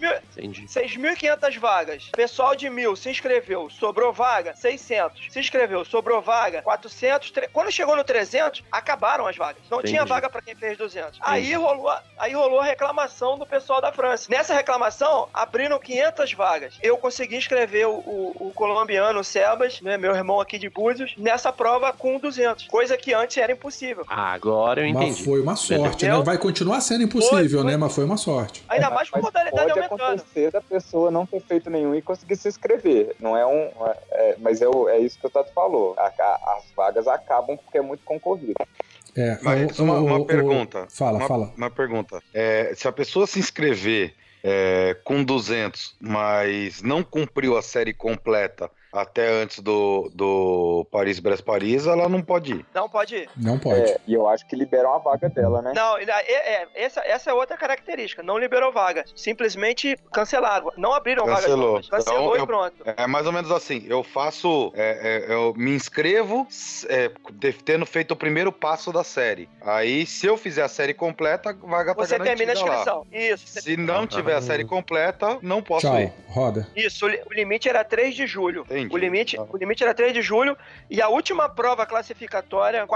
6.500 vagas. Pessoal de 1.000 se inscreveu, sobrou vaga, 600. Se inscreveu, sobrou vaga, 400. Quando chegou no 300, acabaram as vagas. Não tinha vaga para quem fez 200. Aí rolou a reclamação do pessoal da França. Nessa reclamação, abriram 500 vagas. Eu consegui inscrever o colombiano, o Sebas, né, meu irmão aqui de Búzios, nessa prova com 200. Coisa que antes era impossível. Agora eu entendi. Mas foi uma sorte, né? Vai continuar sendo impossível, né? Mas foi uma sorte. Ainda mais com a modalidade aumentando. Pode acontecer da pessoa não ter feito nenhum e conseguir se inscrever. Não é mas é isso que o Tato falou. As vagas acabam porque é muito concorrido. Mas uma pergunta. Fala. Uma pergunta. Se a pessoa se inscrever com 200, mas não cumpriu a série completa até antes do Paris-Brest-Paris, ela não pode ir. Não pode ir. Não pode. E eu acho que liberam a vaga dela, né? Não, essa é outra característica. Não liberou vaga. Simplesmente cancelaram. Não abriram vaga. Cancelou então, e pronto. É mais ou menos assim. Eu faço... eu me inscrevo tendo feito o primeiro passo da série. Aí, se eu fizer a série completa, a vaga tá garantida. Você termina a inscrição. Lá. Isso. Se não tiver a série completa, não posso ir. Roda. Isso. O limite era 3 de julho. Entendi. O limite era 3 de julho e a última prova classificatória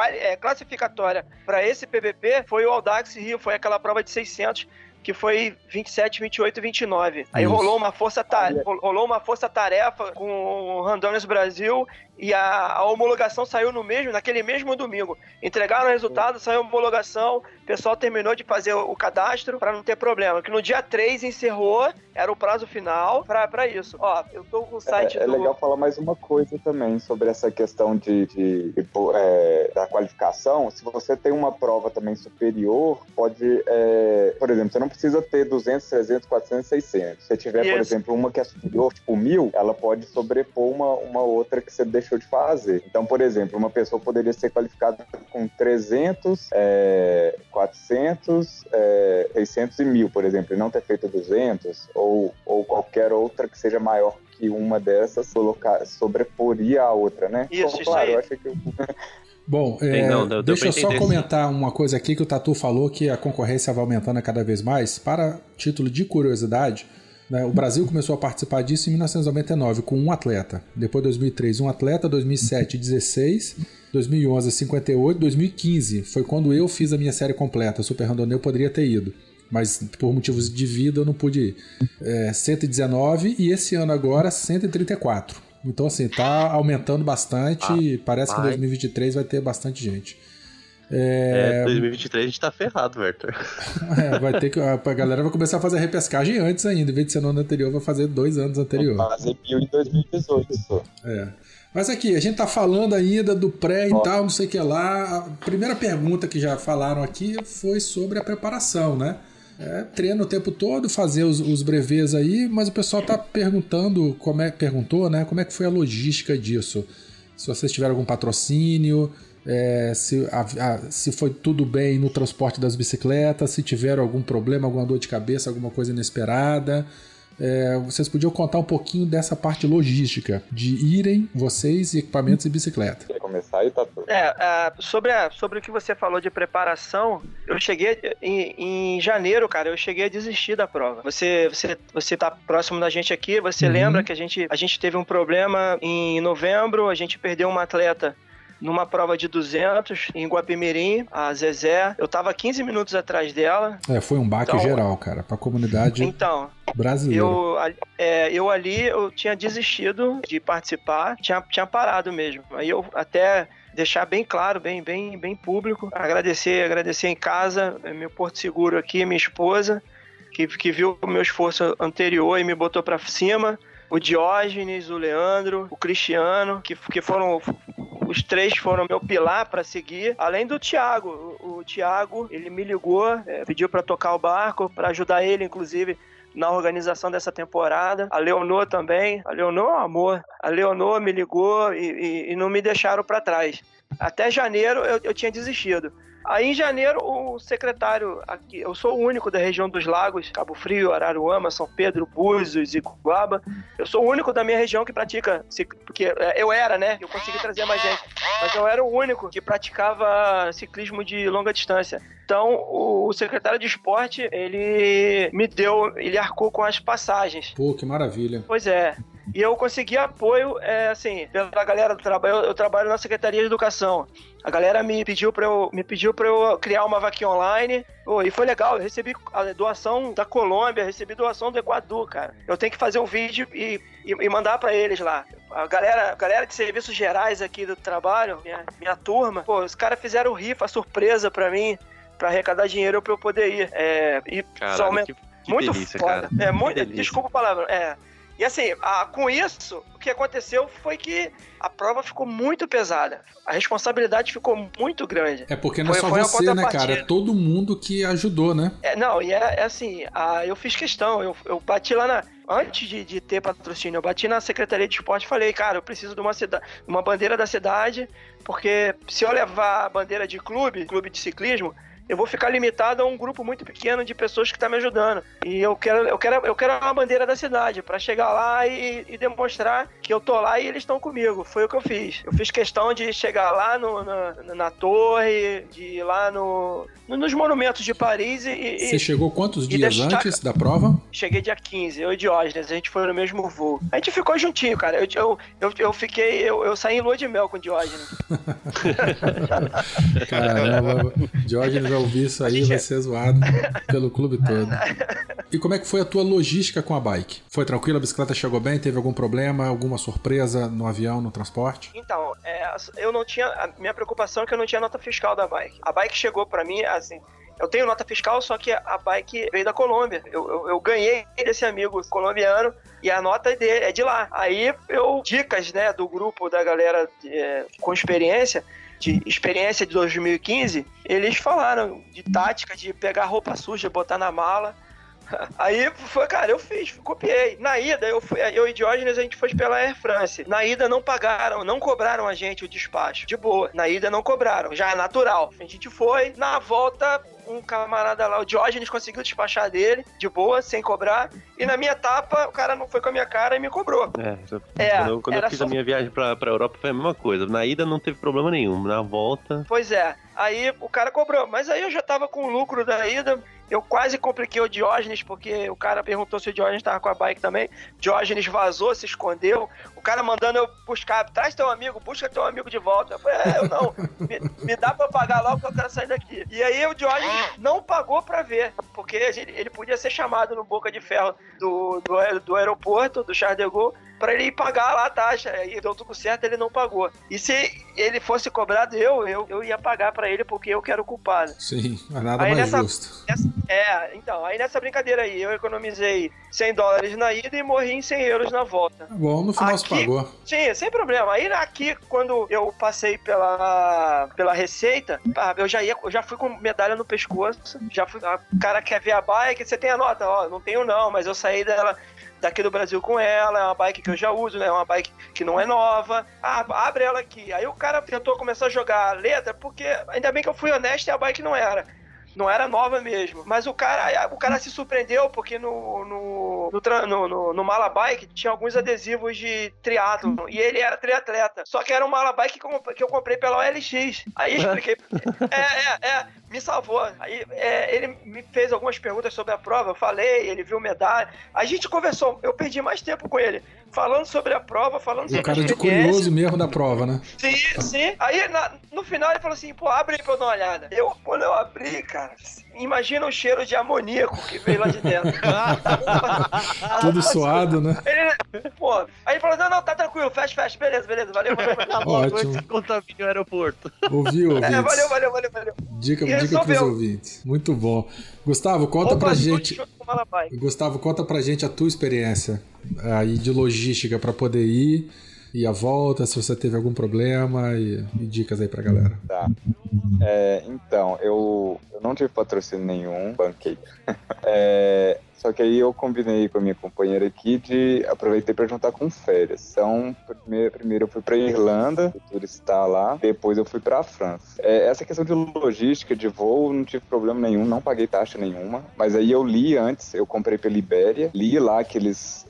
para esse PVP foi o Audax Rio, foi aquela prova de 600 que foi 27, 28 e 29. Aí rolou uma força-tarefa com o Randonnées Brasil e a homologação saiu naquele mesmo domingo. Entregaram o resultado, saiu a homologação, o pessoal terminou de fazer o cadastro para não ter problema. Que no dia 3 encerrou, era o prazo final para isso. Ó, eu tô com o site do... É legal falar mais uma coisa também sobre essa questão da qualificação. Se você tem uma prova também superior, pode... por exemplo, você não precisa ter 200, 300, 400, 600. Se você tiver, por exemplo, uma que é superior, tipo 1.000, ela pode sobrepor uma outra que você deixou de fazer. Então, por exemplo, uma pessoa poderia ser qualificada com 300, 400, 600 e 1.000, por exemplo, e não ter feito 200, ou qualquer outra que seja maior que uma dessas, sobreporia a outra, né? Isso claro, aí. Eu achei que... Bom, deixa eu só comentar uma coisa aqui que o Tatu falou, que a concorrência vai aumentando cada vez mais. Para título de curiosidade, né, o Brasil começou a participar disso em 1999 com um atleta. Depois, 2003, um atleta. 2007, 16. 2011, 58. 2015 foi quando eu fiz a minha série completa. Super Randonnée eu poderia ter ido, mas por motivos de vida eu não pude ir. 119 e esse ano agora 134. Então, assim, tá aumentando bastante. Parece que em 2023 vai ter bastante gente. 2023 a gente tá ferrado, Werther. Vai ter que... A galera vai começar a fazer a repescagem antes ainda. Em vez de ser no ano anterior, vai fazer 2 anos anterior. Vai fazer 1.000 em 2018. Mas aqui, a gente tá falando ainda do pré e tal, não sei o que lá. A primeira pergunta que já falaram aqui foi sobre a preparação, né? Treino o tempo todo, fazer os brevês aí, mas o pessoal tá perguntando, perguntou, né, como é que foi a logística disso. Se vocês tiveram algum patrocínio, se foi tudo bem no transporte das bicicletas, se tiveram algum problema, alguma dor de cabeça, alguma coisa inesperada. Vocês podiam contar um pouquinho dessa parte logística, de irem vocês, equipamentos e bicicleta. Quer começar aí, Tatu? Sobre o que você falou de preparação, eu cheguei em janeiro, cara, eu cheguei a desistir da prova. Você tá próximo da gente aqui, você lembra que a gente teve um problema em novembro, a gente perdeu uma atleta numa prova de 200 em Guapimirim, a Zezé. Eu tava 15 minutos atrás dela. Foi um baque geral, cara, pra comunidade brasileira. Eu tinha desistido de participar, tinha parado mesmo. Aí eu até deixar bem claro, bem público, agradecer em casa, meu porto seguro aqui, minha esposa, que viu o meu esforço anterior e me botou pra cima. O Diógenes, o Leandro, o Cristiano, que foram... Os três foram meu pilar para seguir, além do Thiago. O Thiago, ele me ligou, pediu para tocar o barco, para ajudar ele, inclusive, na organização dessa temporada. A Leonor também. A Leonor é um amor. A Leonor me ligou e não me deixaram para trás. Até janeiro eu tinha desistido. Aí em janeiro o secretário aqui, eu sou o único da região dos lagos, Cabo Frio, Araruama, São Pedro, Búzios e Cuiabá. Eu sou o único da minha região que pratica, porque eu era, né? Eu consegui trazer mais gente, mas eu era o único que praticava ciclismo de longa distância. Então o secretário de esporte, ele arcou com as passagens. Pô, que maravilha. Pois é. E eu consegui apoio, pela galera do trabalho. Eu trabalho na Secretaria de Educação. A galera me pediu pra eu criar uma vaquinha online. E foi legal. Eu recebi a doação da Colômbia, recebi doação do Equador, cara. Eu tenho que fazer um vídeo e mandar pra eles lá. A galera de serviços gerais aqui do trabalho, minha turma, os caras fizeram rifa, surpresa pra mim, pra arrecadar dinheiro pra eu poder ir. Caralho, que muito delícia, foda. cara. Desculpa a palavra. E assim, com isso, o que aconteceu foi que a prova ficou muito pesada. A responsabilidade ficou muito grande. É porque não é só você, né, cara? É todo mundo que ajudou, né? Eu fiz questão. Eu bati lá antes de ter patrocínio, eu bati na Secretaria de Esporte e falei, cara, eu preciso de uma bandeira da cidade, porque se eu levar a bandeira de clube de ciclismo, eu vou ficar limitado a um grupo muito pequeno de pessoas que estão me ajudando. E eu quero uma bandeira da cidade para chegar lá e demonstrar que eu tô lá e eles estão comigo. Foi o que eu fiz. Eu fiz questão de chegar lá na torre, de ir lá nos monumentos de Paris Você chegou quantos dias antes da prova? Cheguei dia 15, eu e Diógenes, a gente foi no mesmo voo. A gente ficou juntinho, cara. Eu saí em lua de mel com o Diógenes. Caramba, Diógenes vai ouvir isso aí, vai ser zoado pelo clube todo. E como é que foi a tua logística com a bike? Foi tranquilo? A bicicleta chegou bem? Teve algum problema? Alguma surpresa no avião, no transporte? Então, eu não tinha... A minha preocupação é que eu não tinha nota fiscal da bike. A bike chegou pra mim, assim... Eu tenho nota fiscal, só que a bike veio da Colômbia. Eu ganhei desse amigo colombiano e a nota dele é de lá. Aí, dicas, né, do grupo da galera com experiência de 2015, eles falaram de tática de pegar roupa suja, botar na mala. Aí foi, cara, eu fiz, copiei. Na ida, eu e Diógenes, a gente foi pela Air France. Na ida não cobraram a gente o despacho. De boa. Na ida não cobraram, já é natural. A gente foi, na volta, um camarada lá, o Diógenes, conseguiu despachar dele, de boa, sem cobrar. E na minha etapa, o cara não foi com a minha cara e me cobrou. Quando eu fiz a minha viagem pra Europa, foi a mesma coisa. Na ida não teve problema nenhum, na volta... Pois é. Aí o cara cobrou. Mas aí eu já tava com o lucro da ida... Eu quase compliquei o Diógenes, porque o cara perguntou se o Diógenes tava com a bike também. Diógenes vazou, se escondeu. O cara mandando eu buscar, traz teu amigo, busca teu amigo de volta. Eu falei, eu não, me dá pra eu pagar logo que eu quero sair daqui. E aí o Diógenes não pagou pra ver, porque ele podia ser chamado no Boca de Ferro do aeroporto, do Charles de Gaulle, pra ele ir pagar lá a taxa. Aí deu tudo certo, ele não pagou. E se ele fosse cobrado, eu ia pagar pra ele, porque eu quero o culpado. Sim, mas nada aí mais justo. Então, aí nessa brincadeira aí, eu economizei $100 na ida e morri em €100 na volta. Bom, no final você pagou. Sim, sem problema. Aí aqui, quando eu passei pela Receita, eu já fui com medalha no pescoço, o cara quer ver a bike, você tem a nota? Ó, não tenho não, mas eu saí daqui do Brasil com ela, é uma bike que eu já uso, né? É uma bike que não é nova. Abre ela aqui. Aí o cara tentou começar a jogar a letra, porque ainda bem que eu fui honesto e a bike não era. não era nova mesmo. Mas o cara se surpreendeu porque no mala bike tinha alguns adesivos de triatlon e ele era triatleta. Só que era um mala bike que eu comprei pela OLX. Aí eu expliquei. Me salvou. Aí ele me fez algumas perguntas sobre a prova, eu falei, ele viu medalha. A gente conversou, eu perdi mais tempo com ele, falando sobre a prova, falando sobre a experiência. O cara de curioso mesmo da prova, né? Sim. Aí no final ele falou assim, pô, abre aí pra eu dar uma olhada. Quando eu abri, cara, imagina o cheiro de amoníaco que veio lá de dentro. Tudo suado, né? Aí ele falou, não, tá tranquilo, fecha, beleza, valeu. Ótimo. Contamina o aeroporto. Ouviu, ouvintes? Valeu. Dica pros ouvintes. Muito bom. Gustavo, conta pra gente a tua experiência aí de logística pra poder ir e a volta, se você teve algum problema e dicas aí pra galera. Tá. Então, eu não tive patrocínio nenhum, banquei. Só que aí eu combinei com a minha companheira aqui aproveitei para juntar com férias. Então, primeiro eu fui para Irlanda, turistar lá, depois eu fui para a França. Essa questão de logística, de voo, não tive problema nenhum, não paguei taxa nenhuma, mas aí eu li antes, eu comprei pela Ibéria, li lá que eles,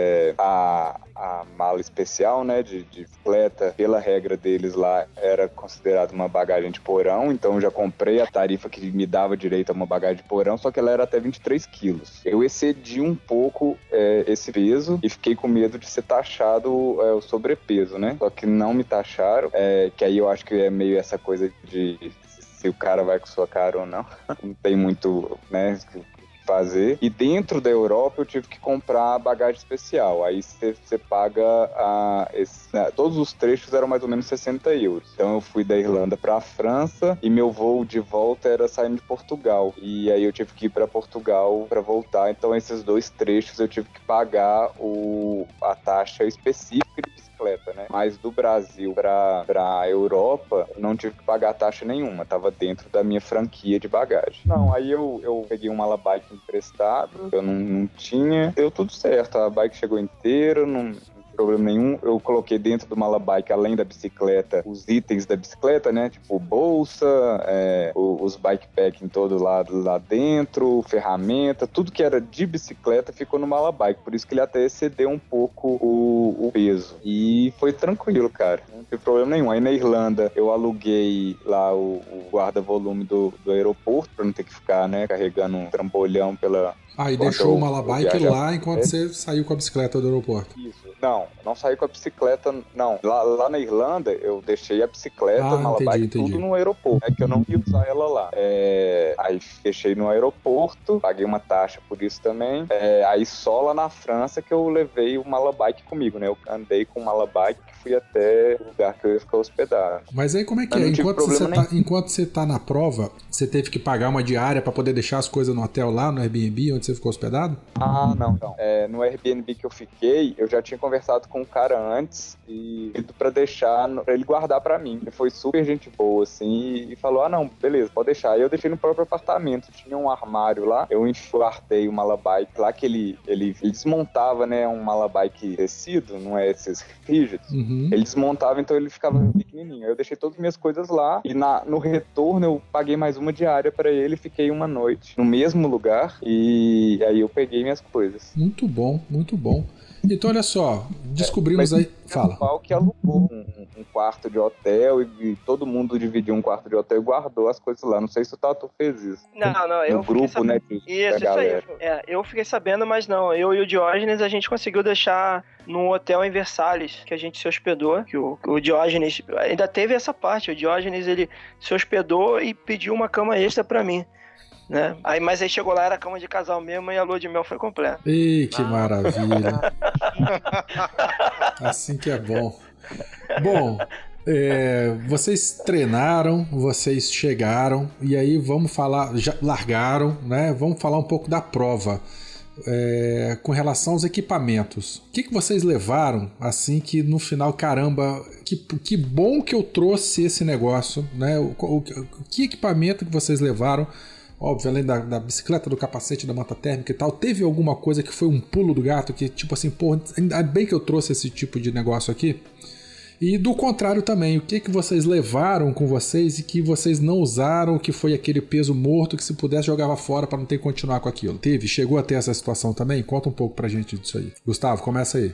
a mala especial, né, de bicicleta, pela regra deles lá, era considerada uma bagagem de porão, então eu já comprei a tarifa que me dava direito a uma bagagem de porão, só que ela era até 23 quilos. Eu excedi um pouco esse peso e fiquei com medo de ser taxado o sobrepeso, né? Só que não me taxaram, que aí eu acho que é meio essa coisa de se o cara vai com sua cara ou não. Não tem muito, né, fazer. E dentro da Europa eu tive que comprar bagagem especial. Aí você paga todos os trechos eram mais ou menos 60 euros. Então eu fui da Irlanda para a França e meu voo de volta era saindo de Portugal. E aí eu tive que ir para Portugal para voltar. Então esses 2 trechos eu tive que pagar a taxa específica de bicicleta, né? Mas do Brasil para a Europa eu não tive que pagar taxa nenhuma. Tava dentro da minha franquia de bagagem. Não, aí eu peguei um mala bike emprestado, eu não tinha, deu tudo certo, a bike chegou inteira, não problema nenhum. Eu coloquei dentro do mala bike, além da bicicleta, os itens da bicicleta, né? Tipo bolsa, os bikepacking todo lá dentro, ferramenta, tudo que era de bicicleta ficou no mala bike. Por isso que ele até excedeu um pouco o peso. E foi tranquilo, cara. Não teve problema nenhum. Aí na Irlanda eu aluguei lá o guarda-volume do aeroporto pra não ter que ficar, né, carregando um trambolhão pela... E deixou o mala bike lá enquanto você saiu com a bicicleta do aeroporto. Isso. Não saí com a bicicleta, não. Lá na Irlanda, eu deixei a bicicleta, a mala bike, tudo no aeroporto. É que eu não ia usar ela lá. Aí deixei no aeroporto, paguei uma taxa por isso também. Aí só lá na França que eu levei o mala bike comigo, né? Eu andei com o mala bike e fui até o lugar que eu ia ficar hospedado. Mas aí como é que é? Enquanto você tá na prova, você teve que pagar uma diária pra poder deixar as coisas no hotel lá, no Airbnb, onde você ficou hospedado? Não. No Airbnb que eu fiquei, eu já tinha conversado com o cara antes e pedido pra ele guardar pra mim. Ele foi super gente boa, assim, e falou, não, beleza, pode deixar. Aí eu deixei no próprio apartamento, tinha um armário lá, eu enxuartei o mala bike lá, que ele desmontava, né, um mala bike tecido, não é esses rígidos. Uhum. Ele desmontava, então ele ficava pequenininho. Aí eu deixei todas as minhas coisas lá e no retorno eu paguei mais uma diária pra ele, fiquei uma noite no mesmo lugar e aí eu peguei minhas coisas. Muito bom, muito bom. Então, olha só, descobrimos aí... Fala. O que alugou um quarto de hotel e todo mundo dividiu um quarto de hotel e guardou as coisas lá. Não sei se o Tatu fez isso. Não, eu fiquei sabendo. Né? Isso aí. Eu fiquei sabendo, mas não. Eu e o Diógenes, a gente conseguiu deixar num hotel em Versalhes, que a gente se hospedou. Que o Diógenes... Ainda teve essa parte. O Diógenes, ele se hospedou e pediu uma cama extra pra mim. Né? Mas aí chegou lá, era cama de casal mesmo e a lua de mel foi completa. Ih, que maravilha. Assim que é bom. Bom, vocês treinaram, vocês chegaram e aí vamos falar, já largaram, né? Vamos falar um pouco da prova. Com relação aos equipamentos, o que vocês levaram assim que no final, caramba, que bom que eu trouxe esse negócio, né? Que equipamento que vocês levaram? Óbvio, além da bicicleta, do capacete, da manta térmica e tal, teve alguma coisa que foi um pulo do gato, que tipo assim, pô, ainda bem que eu trouxe esse tipo de negócio aqui? E do contrário também, o que vocês levaram com vocês e que vocês não usaram, que foi aquele peso morto que se pudesse jogava fora para não ter que continuar com aquilo? Chegou a ter essa situação também? Conta um pouco pra gente disso aí. Gustavo, começa aí.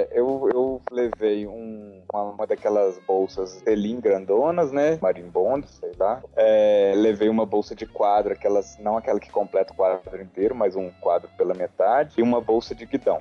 Eu levei uma daquelas bolsas selim grandonas, né? Marimbondo, sei lá. Levei uma bolsa de quadro, não aquela que completa o quadro inteiro, mas um quadro pela metade, e uma bolsa de guidão.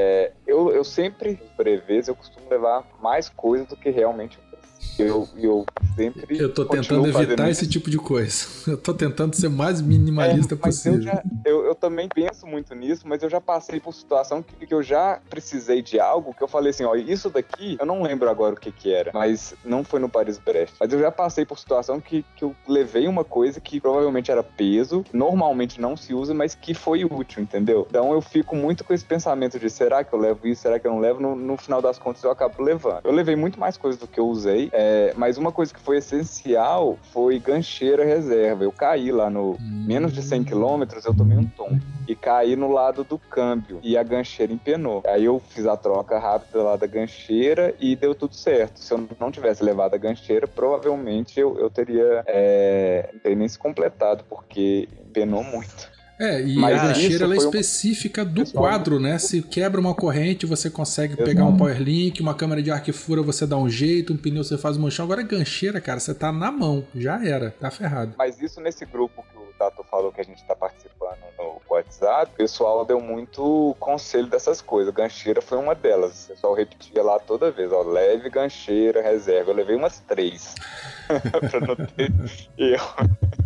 Eu sempre, brevês, eu costumo levar mais coisa do que realmente eu sempre... Eu tô tentando evitar esse tipo de coisa. Eu tô tentando ser mais minimalista possível. Eu também penso muito nisso, mas eu já passei por situação que eu já precisei de algo que eu falei assim, ó, isso daqui, eu não lembro agora o que era, mas não foi no Paris-Brest. Mas eu já passei por situação que eu levei uma coisa que provavelmente era peso, que normalmente não se usa, mas que foi útil, entendeu? Então eu fico muito com esse pensamento de será que eu levo isso, será que eu não levo? No final das contas eu acabo levando. Eu levei muito mais coisa do que eu usei, mas uma coisa que foi essencial foi gancheira reserva. Eu caí lá no menos de 100 km, eu tomei um tombo e caí no lado do câmbio e a gancheira empenou. Aí eu fiz a troca rápida lá da gancheira e deu tudo certo. Se eu não tivesse levado a gancheira, provavelmente eu teria nem se completado, porque empenou muito. A gancheira ela é específica do quadro, né? Se quebra uma corrente, você consegue pegar um power link, uma câmera de ar que fura, você dá um jeito, um pneu você faz um manchão. Agora gancheira, cara, você tá na mão, já era, tá ferrado. Mas isso nesse grupo que o Tato falou que a gente tá participando no WhatsApp, o pessoal deu muito conselho dessas coisas. Gancheira foi uma delas. O pessoal repetia lá toda vez, ó, leve gancheira, reserva. Eu levei umas 3 pra não ter erro.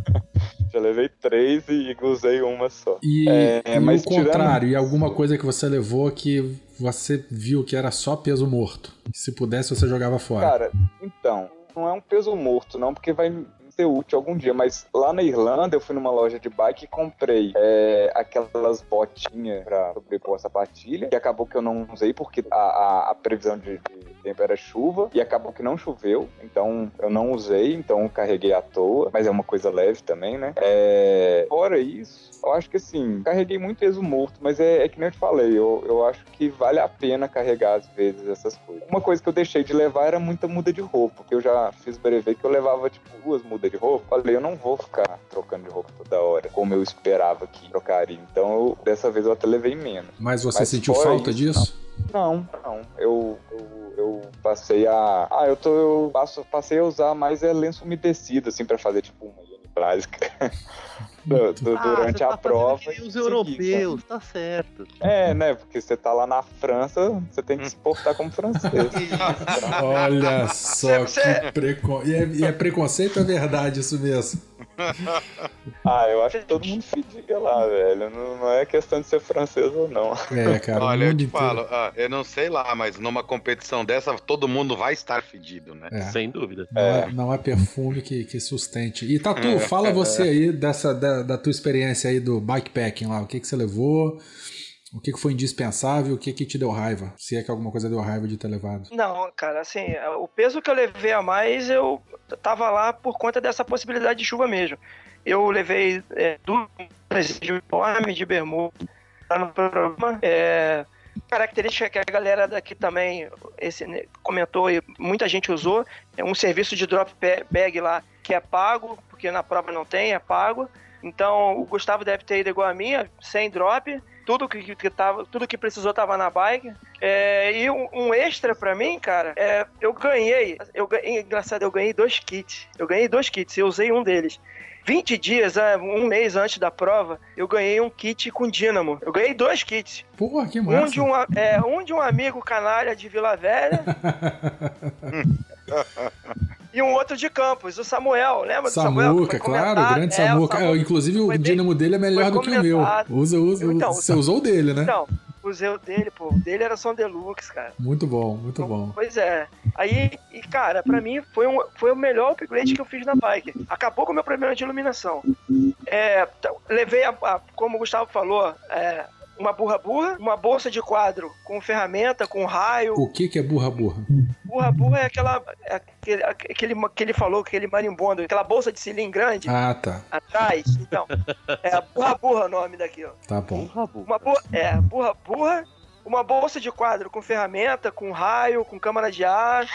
Já levei 3 e usei uma só. Mas o contrário, e alguma coisa que você levou que você viu que era só peso morto? Se pudesse, você jogava fora. Cara, então, não é um peso morto não, porque vai ser útil algum dia, mas lá na Irlanda eu fui numa loja de bike e comprei aquelas botinhas pra sobrepor a sapatilha, e acabou que eu não usei porque a previsão de tempo era chuva, e acabou que não choveu, então eu não usei, então eu carreguei à toa, mas é uma coisa leve também, né? Fora isso, eu acho que assim, carreguei muito peso morto, mas é que nem eu te falei, eu acho que vale a pena carregar às vezes essas coisas. Uma coisa que eu deixei de levar era muita muda de roupa, porque eu já fiz brevê que eu levava tipo 2 mudas de roupa. Falei, eu não vou ficar trocando de roupa toda hora, como eu esperava que trocaria. Então, dessa vez eu até levei menos. Mas você sentiu falta disso? Não. Eu passei passei a usar mais lenço umedecido, assim, pra fazer tipo uma higiene básica. Durante a prova. Os europeus, tá certo. Né? Porque você tá lá na França, você tem que se portar como francês. Olha só que preconceito. E é preconceito ou é verdade isso mesmo? Eu acho que todo mundo fedia lá, velho. Não é questão de ser francês ou não. Cara. Olha, eu te falo, eu não sei lá, mas numa competição dessa, todo mundo vai estar fedido, né? Sem dúvida. Não é perfume que sustente. E Tatu, fala você aí da tua experiência aí do bikepacking lá. O que você levou? O que foi indispensável? O que te deu raiva? Se é que alguma coisa deu raiva de ter levado. Não, cara, assim, o peso que eu levei a mais, eu tava lá por conta dessa possibilidade de chuva mesmo. Eu levei 2 de uniforme, de bermuda no programa. Característica que a galera daqui também comentou e muita gente usou, é um serviço de drop bag lá que é pago, porque na prova não tem, é pago. Então o Gustavo deve ter ido igual a minha, sem drop. Tudo que precisou tava na bike. E um extra pra mim, cara, engraçado, eu ganhei 2 kits. Eu usei um deles. 20 dias, um mês antes da prova, eu ganhei um kit com dínamo. Eu ganhei 2 kits. Porra, que massa. Um de um amigo canalha de Vila Velha. E um outro de Campos, o Samuel, lembra do Samuel? Samuca, claro, o grande Samuca. Inclusive o dínamo dele é melhor do que o meu. Usa. Então, você usou o dele, né? Não, usei o dele, pô. O dele era som deluxe, cara. Muito bom, muito bom. Pois é. Aí, cara, pra mim foi o melhor upgrade que eu fiz na bike. Acabou com o meu problema de iluminação. Levei, como o Gustavo falou, uma burra-burra, uma bolsa de quadro com ferramenta, com raio. O que é burra-burra? Burra-burra é aquele falou, aquele marimbondo, aquela bolsa de cilindro grande. Ah, tá. Atrás. Então, burra-burra o nome daquilo. Tá bom. Burra-burra uma bolsa de quadro com ferramenta, com raio, com câmara de ar,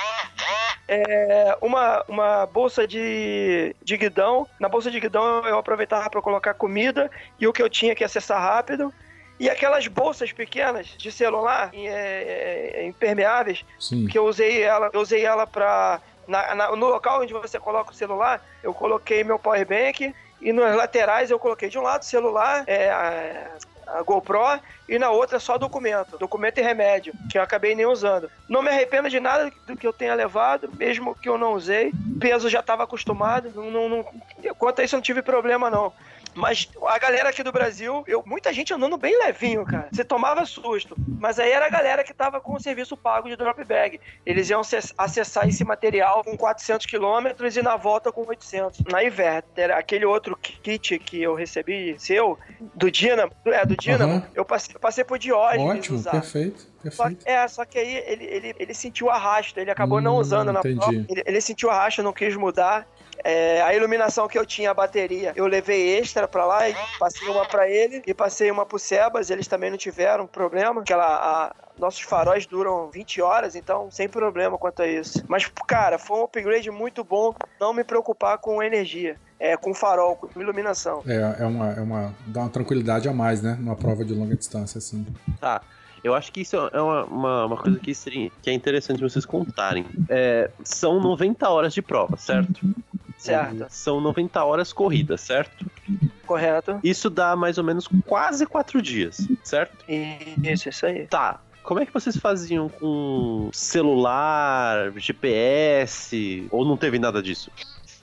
uma bolsa de guidão. Na bolsa de guidão eu aproveitava para colocar comida e o que eu tinha que acessar rápido. E aquelas bolsas pequenas de celular, impermeáveis, Sim. que eu usei ela para... no local onde você coloca o celular, eu coloquei meu power bank e nas laterais eu coloquei de um lado o celular, a GoPro, e na outra só documento e remédio, que eu acabei nem usando. Não me arrependo de nada do que eu tenha levado, mesmo que eu não usei. O peso já estava acostumado, quanto a isso eu não tive problema não. Mas a galera aqui do Brasil, muita gente andando bem levinho, cara. Você tomava susto. Mas aí era a galera que tava com o serviço pago de drop bag. Eles iam acessar esse material com 400 quilômetros e na volta com 800. Na Inverter, aquele outro kit que eu recebi, seu, do Dynamo, eu passei por Diógenes. Ótimo, usar. Perfeito. Só que aí ele sentiu arrasto, ele acabou não usando na prova. Ele sentiu arrasto, não quis mudar. A iluminação que eu tinha, a bateria, eu levei extra pra lá e passei uma pra ele e passei uma pro Sebas, eles também não tiveram problema, nossos faróis duram 20 horas, então sem problema quanto a isso. Mas, cara, foi um upgrade muito bom não me preocupar com energia, com farol, com iluminação. Dá uma tranquilidade a mais, né, numa prova de longa distância, assim. Tá. Eu acho que isso é uma coisa que é interessante vocês contarem. São 90 horas de prova, certo? Certo. São 90 horas corridas, certo? Correto. Isso dá mais ou menos quase 4 dias, certo? Isso aí. Tá. Como é que vocês faziam com celular, GPS, ou não teve nada disso?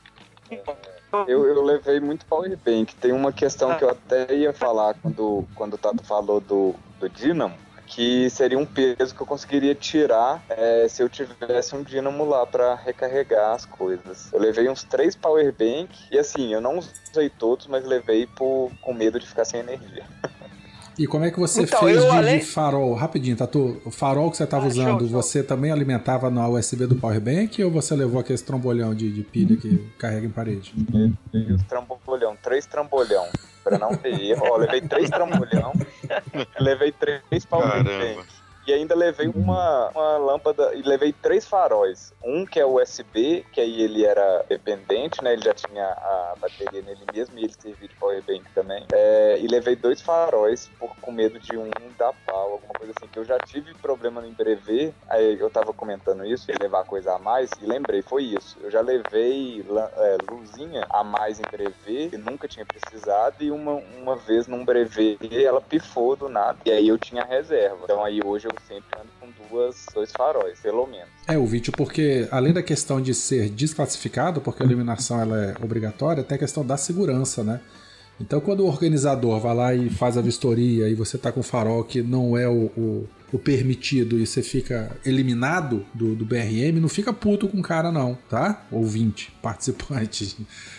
Eu levei muito powerbank. Tem uma questão que eu até ia falar quando o Tato falou do Dynamo, que seria um peso que eu conseguiria tirar se eu tivesse um dínamo lá para recarregar as coisas. Eu levei uns 3 powerbank e assim, eu não usei todos, mas levei com medo de ficar sem energia. E como é que você fez de farol? Rapidinho, Tatu, o farol que você estava usando, você também alimentava na USB do powerbank ou você levou aquele trambolhão de pilha que carrega em parede? Os trambolhão, 3 trambolhão. Pra não ter erro. Levei 3 trambolhão, levei 3 powerbank. E ainda levei uma lâmpada e levei 3 faróis. Um que é USB, que aí ele era dependente, né? Ele já tinha a bateria nele mesmo e ele servia de powerbank também. E levei 2 faróis com medo de um dar pau, alguma coisa assim. Que eu já tive problema no Embrever, aí eu tava comentando isso, ia levar coisa a mais, e lembrei, foi isso. Eu já levei luzinha a mais em Brevet, que nunca tinha precisado, e uma vez num Brevet ela pifou do nada, e aí eu tinha reserva. Então aí hoje eu sempre ando com 2 faróis, pelo menos. O vídeo, porque além da questão de ser desclassificado, porque a iluminação ela é obrigatória, tem a questão da segurança, né? Então quando o organizador vai lá e faz a vistoria e você tá com o farol que não é o permitido e você fica eliminado do BRM, não fica puto com o cara não, tá? Ouvinte, participante.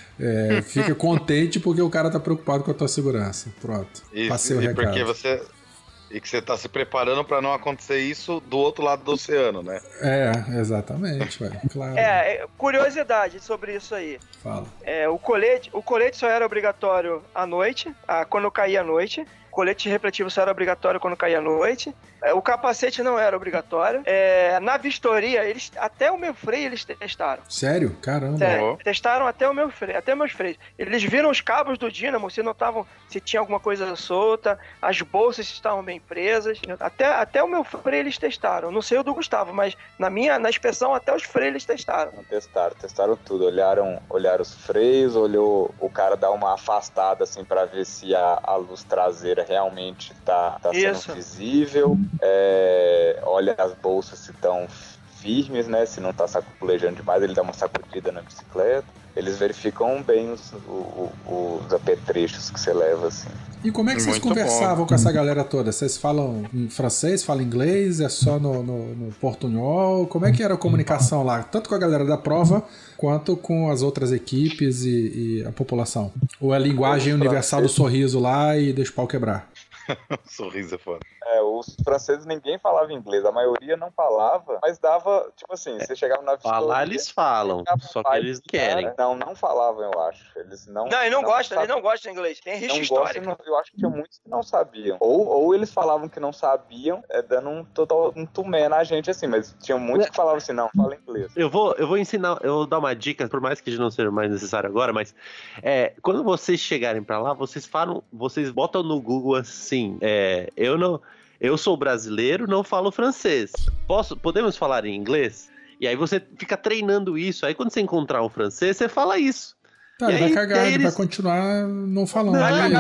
Fica contente porque o cara tá preocupado com a tua segurança. Pronto, passei o recado. E que você tá se preparando pra não acontecer isso do outro lado do oceano, né? Exatamente, claro. Curiosidade sobre isso aí. Fala. O colete só era obrigatório à noite, quando caía à noite. O colete refletivo só era obrigatório quando caía à noite. O capacete não era obrigatório. Na vistoria, até o meu freio eles testaram. Sério? Caramba. Sério, testaram até o meu freio, até meus freios. Eles viram os cabos do dínamo, se notavam se tinha alguma coisa solta, as bolsas estavam bem presas. Até o meu freio eles testaram. Não sei o do Gustavo, mas na inspeção até os freios eles testaram. Testaram tudo. Olharam os freios, olhou o cara dar uma afastada assim pra ver se a luz traseira realmente tá sendo visível. Olha as bolsas se estão firmes, né? Se não tá sacolejando demais, ele dá uma sacudida na bicicleta. Eles verificam bem os apetrechos que você leva, assim. E como é que vocês conversavam com essa galera toda? Vocês falam em francês, falam inglês? É só no portunhol? Como é que era a comunicação lá? Tanto com a galera da prova, quanto com as outras equipes e a população? Ou é a linguagem universal do sorriso lá e deixa o pau quebrar? Sorriso é foda. Os franceses ninguém falava inglês, a maioria não falava, mas dava, tipo assim, você chegava na vistoria... Falar eles falam, só que eles querem. Não falavam, eu acho. Eles não... Não, ele não gosta de inglês. Tem risco histórico. Eu acho que tinha muitos que não sabiam. Ou eles falavam que não sabiam, dando um tumé na gente, assim, mas tinha muitos que falavam assim, não, fala inglês. Eu vou ensinar, eu vou dar uma dica, por mais que não seja mais necessário agora, mas quando vocês chegarem pra lá, vocês botam no Google assim, eu sou brasileiro, não falo francês. Podemos falar em inglês? E aí você fica treinando isso. Aí quando você encontrar um francês, você fala isso. Tá, ele vai cagar, ele vai continuar não falando.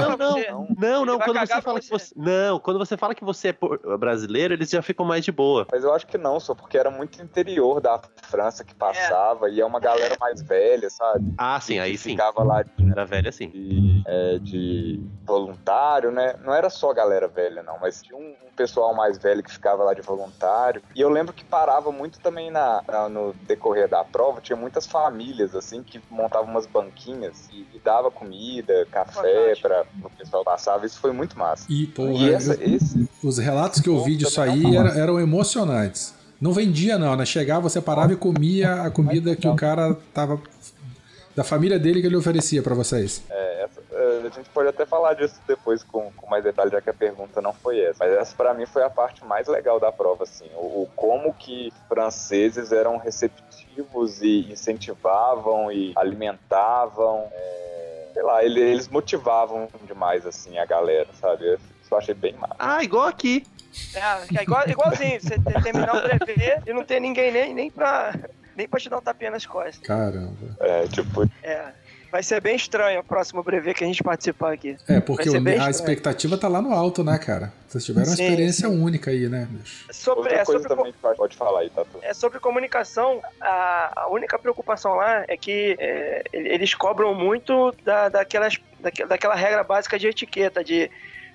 Não, quando você fala que você... Não, quando você fala que você é brasileiro, eles já ficam mais de boa. Mas eu acho que não, só porque era muito interior da França que passava, e é uma galera mais velha, sabe? Ah, sim, aí sim. Ficava lá era velha, sim. De voluntário, né? Não era só galera velha, não, mas tinha um pessoal mais velho que ficava lá de voluntário. E eu lembro que parava muito também no decorrer da prova, tinha muitas famílias, assim, que montavam umas banquinhas e dava comida, café para o pessoal passava. Isso foi muito massa. E, porra, os relatos que eu vi disso aí eram emocionantes. Não vendia não, né? Chegava, você parava e comia a comida que o cara tava... da família dele que ele oferecia para vocês. A gente pode até falar disso depois com mais detalhe, já que a pergunta não foi essa. Mas essa para mim foi a parte mais legal da prova, assim. O como que franceses eram receptivos e incentivavam e alimentavam. Sei lá, eles motivavam demais, assim, a galera, sabe? Isso eu achei bem massa. Ah, igual aqui. Igualzinho. Você terminar o brevet e não ter ninguém nem pra te dar um tapinha nas costas. Caramba. Vai ser bem estranho o próximo brevet que a gente participar aqui. Porque a expectativa tá lá no alto, né, cara? Vocês tiveram uma experiência única aí, né, bicho? Também pode falar aí, Tatu. Sobre comunicação, a única preocupação lá é que eles cobram muito daquela regra básica de etiqueta, de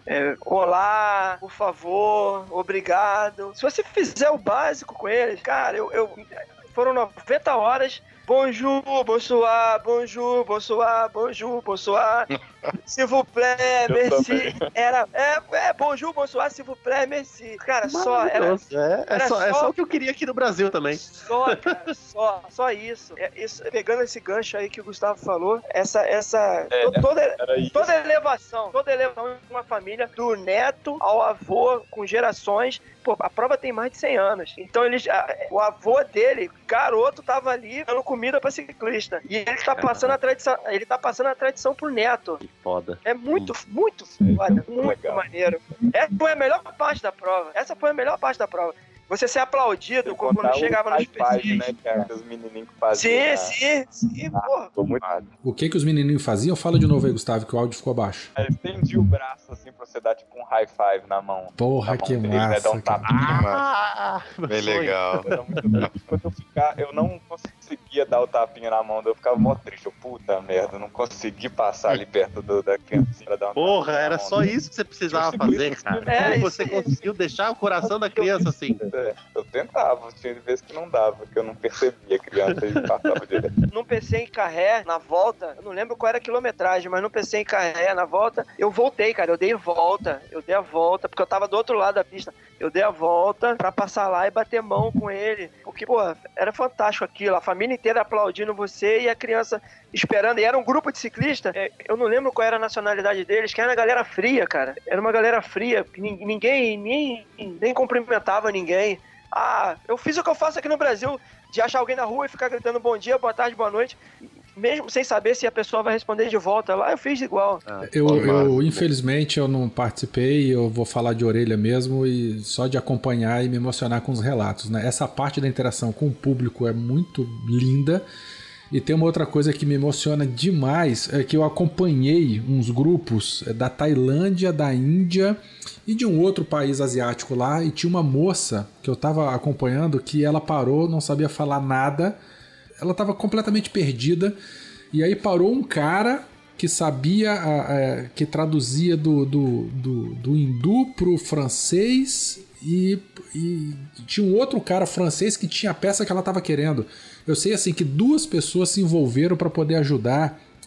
olá, por favor, obrigado. Se você fizer o básico com eles, cara, foram 90 horas. Bonjour, bonsoir, bonjour, bonsoir, bonjour, bonsoir. S'il vous plaît, merci. Bonjour, bonsoir, s'il vous plaît, merci. Cara, só o que eu queria aqui no Brasil também. Só isso. Pegando esse gancho aí que o Gustavo falou, toda elevação de uma família, do neto ao avô, com gerações. Pô, a prova tem mais de 100 anos. Então o avô dele, garoto, tava ali dando comida pra ciclista. E ele tá passando a tradição pro neto. Que foda. É muito foda, muito legal. Maneiro. Essa foi a melhor parte da prova. Você ser aplaudido quando chegava nos PCs. Né, cara? Os menininhos que faziam. Sim, porra. O que os menininhos faziam? Fala de novo aí, Gustavo, que o áudio ficou baixo. Ele estendia o braço assim pra você dar tipo um high five na mão. Porra, que massa. Dar um tapinha, bem legal. Eu não conseguia dar o tapinha na mão, eu ficava mó triste. Puta merda, eu não consegui passar ali perto da criancinha pra dar um Porra, era só isso que você precisava fazer, cara. Você conseguiu deixar o coração da criança assim. Eu tentava, tinha vezes que não dava, que eu não percebia a criança e passava direto. Num PC em Carré, na volta, eu não lembro qual era a quilometragem, mas num PC em Carré, na volta, eu voltei, cara, eu dei a volta, porque eu tava do outro lado da pista, eu dei a volta pra passar lá e bater mão com ele, porque, pô, era fantástico aquilo, a família inteira aplaudindo você e a criança esperando, e era um grupo de ciclistas, eu não lembro qual era a nacionalidade deles, que era uma galera fria, cara, era uma galera fria, ninguém nem cumprimentava ninguém. Eu fiz o que eu faço aqui no Brasil, de achar alguém na rua e ficar gritando bom dia, boa tarde, boa noite, mesmo sem saber se a pessoa vai responder de volta. Lá eu fiz igual. Infelizmente, eu não participei, eu vou falar de orelha mesmo e só de acompanhar e me emocionar com os relatos, né? Essa parte da interação com o público é muito linda. E tem uma outra coisa que me emociona demais, é que eu acompanhei uns grupos da Tailândia, da Índia e de um outro país asiático lá, e tinha uma moça que eu estava acompanhando que ela parou, não sabia falar nada, ela estava completamente perdida, e aí parou um cara que sabia, que traduzia do hindu pro francês, e tinha um outro cara francês que tinha a peça que ela estava querendo. Eu sei assim que 2 pessoas se envolveram para poder ajudar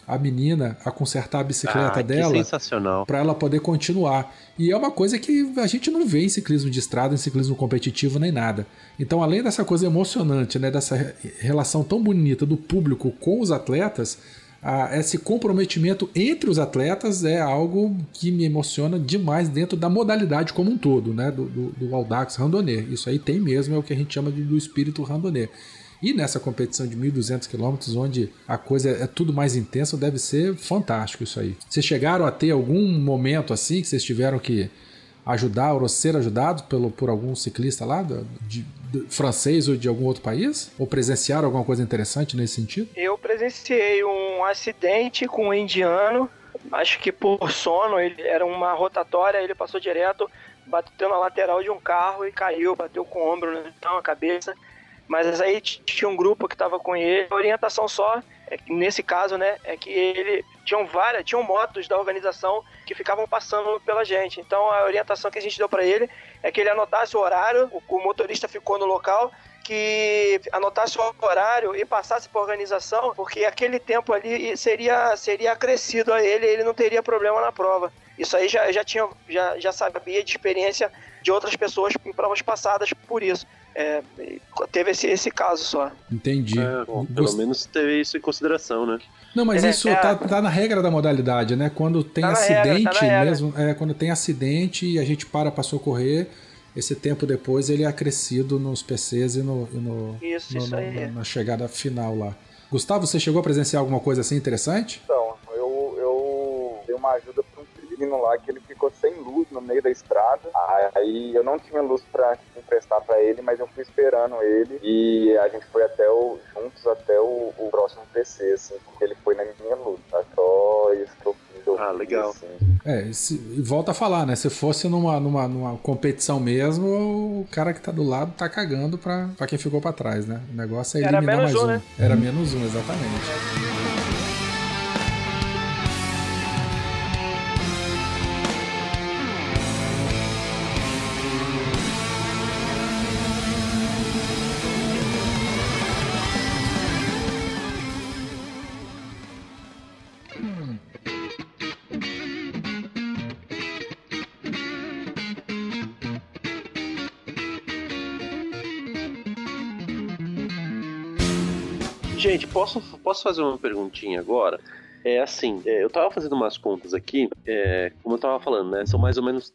a menina a consertar a bicicleta dela. Sensacional. Para ela poder continuar. E é uma coisa que a gente não vê em ciclismo de estrada, em ciclismo competitivo, nem nada. Então, além dessa coisa emocionante, né, dessa relação tão bonita do público com os atletas, esse comprometimento entre os atletas é algo que me emociona demais dentro da modalidade como um todo, né, do Audax Randonnée. Isso aí tem mesmo, é o que a gente chama do espírito randonnée. E nessa competição de 1.200 quilômetros, onde a coisa é tudo mais intensa, deve ser fantástico isso aí. Vocês chegaram a ter algum momento assim que vocês tiveram que ajudar ou ser ajudados por algum ciclista lá, francês ou de algum outro país? Ou presenciaram alguma coisa interessante nesse sentido? Eu presenciei um acidente com um indiano, acho que por sono, ele era uma rotatória, ele passou direto, bateu na lateral de um carro e caiu, bateu com o ombro, então a cabeça. Mas aí tinha um grupo que estava com ele. A orientação só, nesse caso, né, é que ele tinham motos da organização que ficavam passando pela gente. Então a orientação que a gente deu para ele é que ele anotasse o horário, o motorista ficou no local, que anotasse o horário e passasse para a organização, porque aquele tempo ali seria acrescido a ele não teria problema na prova. Isso aí já sabia de experiência de outras pessoas em provas passadas por isso. Teve esse caso só. Entendi. Pelo menos teve isso em consideração, né? Não, mas isso tá na regra da modalidade, né? Quando tem acidente mesmo, quando tem acidente e a gente para socorrer, esse tempo depois ele é acrescido nos PCs e na chegada final lá. Gustavo, você chegou a presenciar alguma coisa assim interessante? Então, eu dei uma ajuda para um menino lá que ele ficou sem luz no meio da estrada. Aí eu não tinha luz para emprestar para ele, mas eu fui esperando ele e a gente foi juntos até o próximo PC, assim, porque ele foi na minha luz, tá? Só isso que eu fiz. Legal. Assim. E volta a falar, né? Se fosse numa competição mesmo, o cara que tá do lado tá cagando pra quem ficou pra trás, né? O negócio é eliminar mais um. Né? Era menos um, exatamente. Gente, posso fazer uma perguntinha agora? Eu tava fazendo umas contas aqui, como eu tava falando, né? São mais ou menos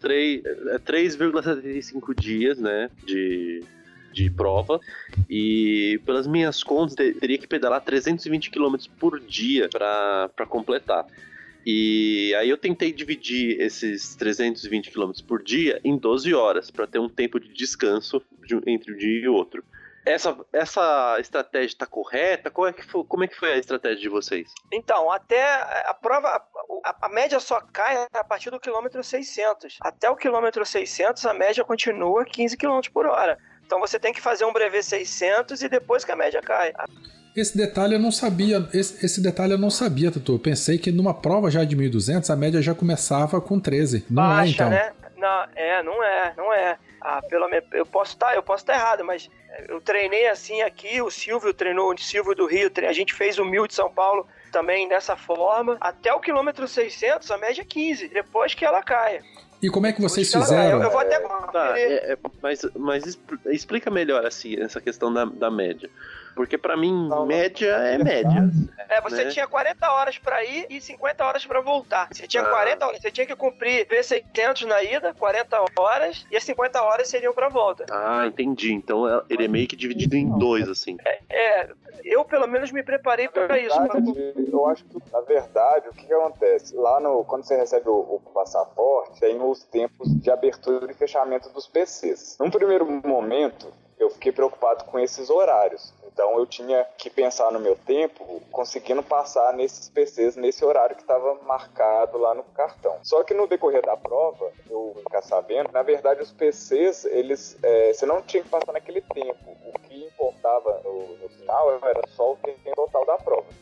3,75 dias, né? De prova. E pelas minhas contas, teria que pedalar 320 km por dia para completar. E aí eu tentei dividir esses 320 km por dia em 12 horas, para ter um tempo de descanso entre um dia e outro. Essa estratégia está correta? Como é que foi a estratégia de vocês? Então, até a prova, a média só cai a partir do quilômetro 600. Até o quilômetro 600, a média continua 15 km por hora. Então você tem que fazer um brevet 600 e depois que a média cai. Esse detalhe eu não sabia. Esse detalhe eu não sabia, Tutu. Eu pensei que numa prova já de 1.200, a média já começava com 13. Não baixa, é, então? Né? Não é. Eu posso estar errado, mas eu treinei assim aqui, o Silvio treinou, o Silvio do Rio, a gente fez o 1000 de São Paulo também dessa forma. Até o quilômetro 600, a média é 15, depois que ela cai. E como é que vocês fizeram? Eu vou até conferir. Mas explica melhor assim, essa questão da média. Porque pra mim, média é média. Você tinha 40 horas pra ir e 50 horas pra voltar. Você tinha 40 horas, você tinha que cumprir V600 na ida, 40 horas, e as 50 horas seriam pra volta. Ah, entendi. Então ele é meio que dividido em dois, assim. Eu pelo menos me preparei pra isso. Eu acho que, na verdade, o que acontece? Lá quando você recebe o passaporte, tem os tempos de abertura e fechamento dos PCs. Num primeiro momento, eu fiquei preocupado com esses horários. Então eu tinha que pensar no meu tempo, conseguindo passar nesses PCs nesse horário que estava marcado lá no cartão. Só que no decorrer da prova, eu ficar sabendo, na verdade os PCs, você não tinha que passar naquele tempo. O que importava no final era só o tempo total da prova. Você cumprir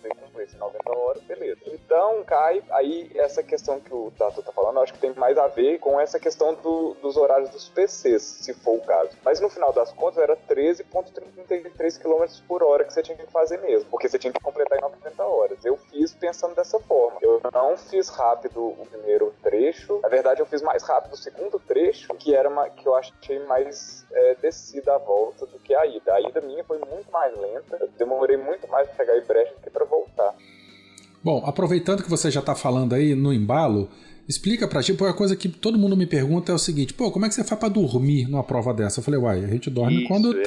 assim, 90 horas, beleza. Então, cai, aí essa questão que o Tatu tá falando, eu acho que tem mais a ver com essa questão dos horários dos PCs, se for o caso. Mas no final das contas, era 13,33 km por hora que você tinha que fazer mesmo, porque você tinha que completar em 90 horas. Eu fiz pensando dessa forma. Eu não fiz rápido o primeiro trecho, na verdade eu fiz mais rápido o segundo trecho, que eu achei mais descida a volta do que a ida. A ida minha foi muito mais lenta, eu demorei muito mais para pegar em Brecha do que para voltar. Bom, aproveitando que você já está falando aí no embalo, explica pra gente, porque a coisa que todo mundo me pergunta é o seguinte, como é que você faz pra dormir numa prova dessa? Eu falei, a gente dorme quando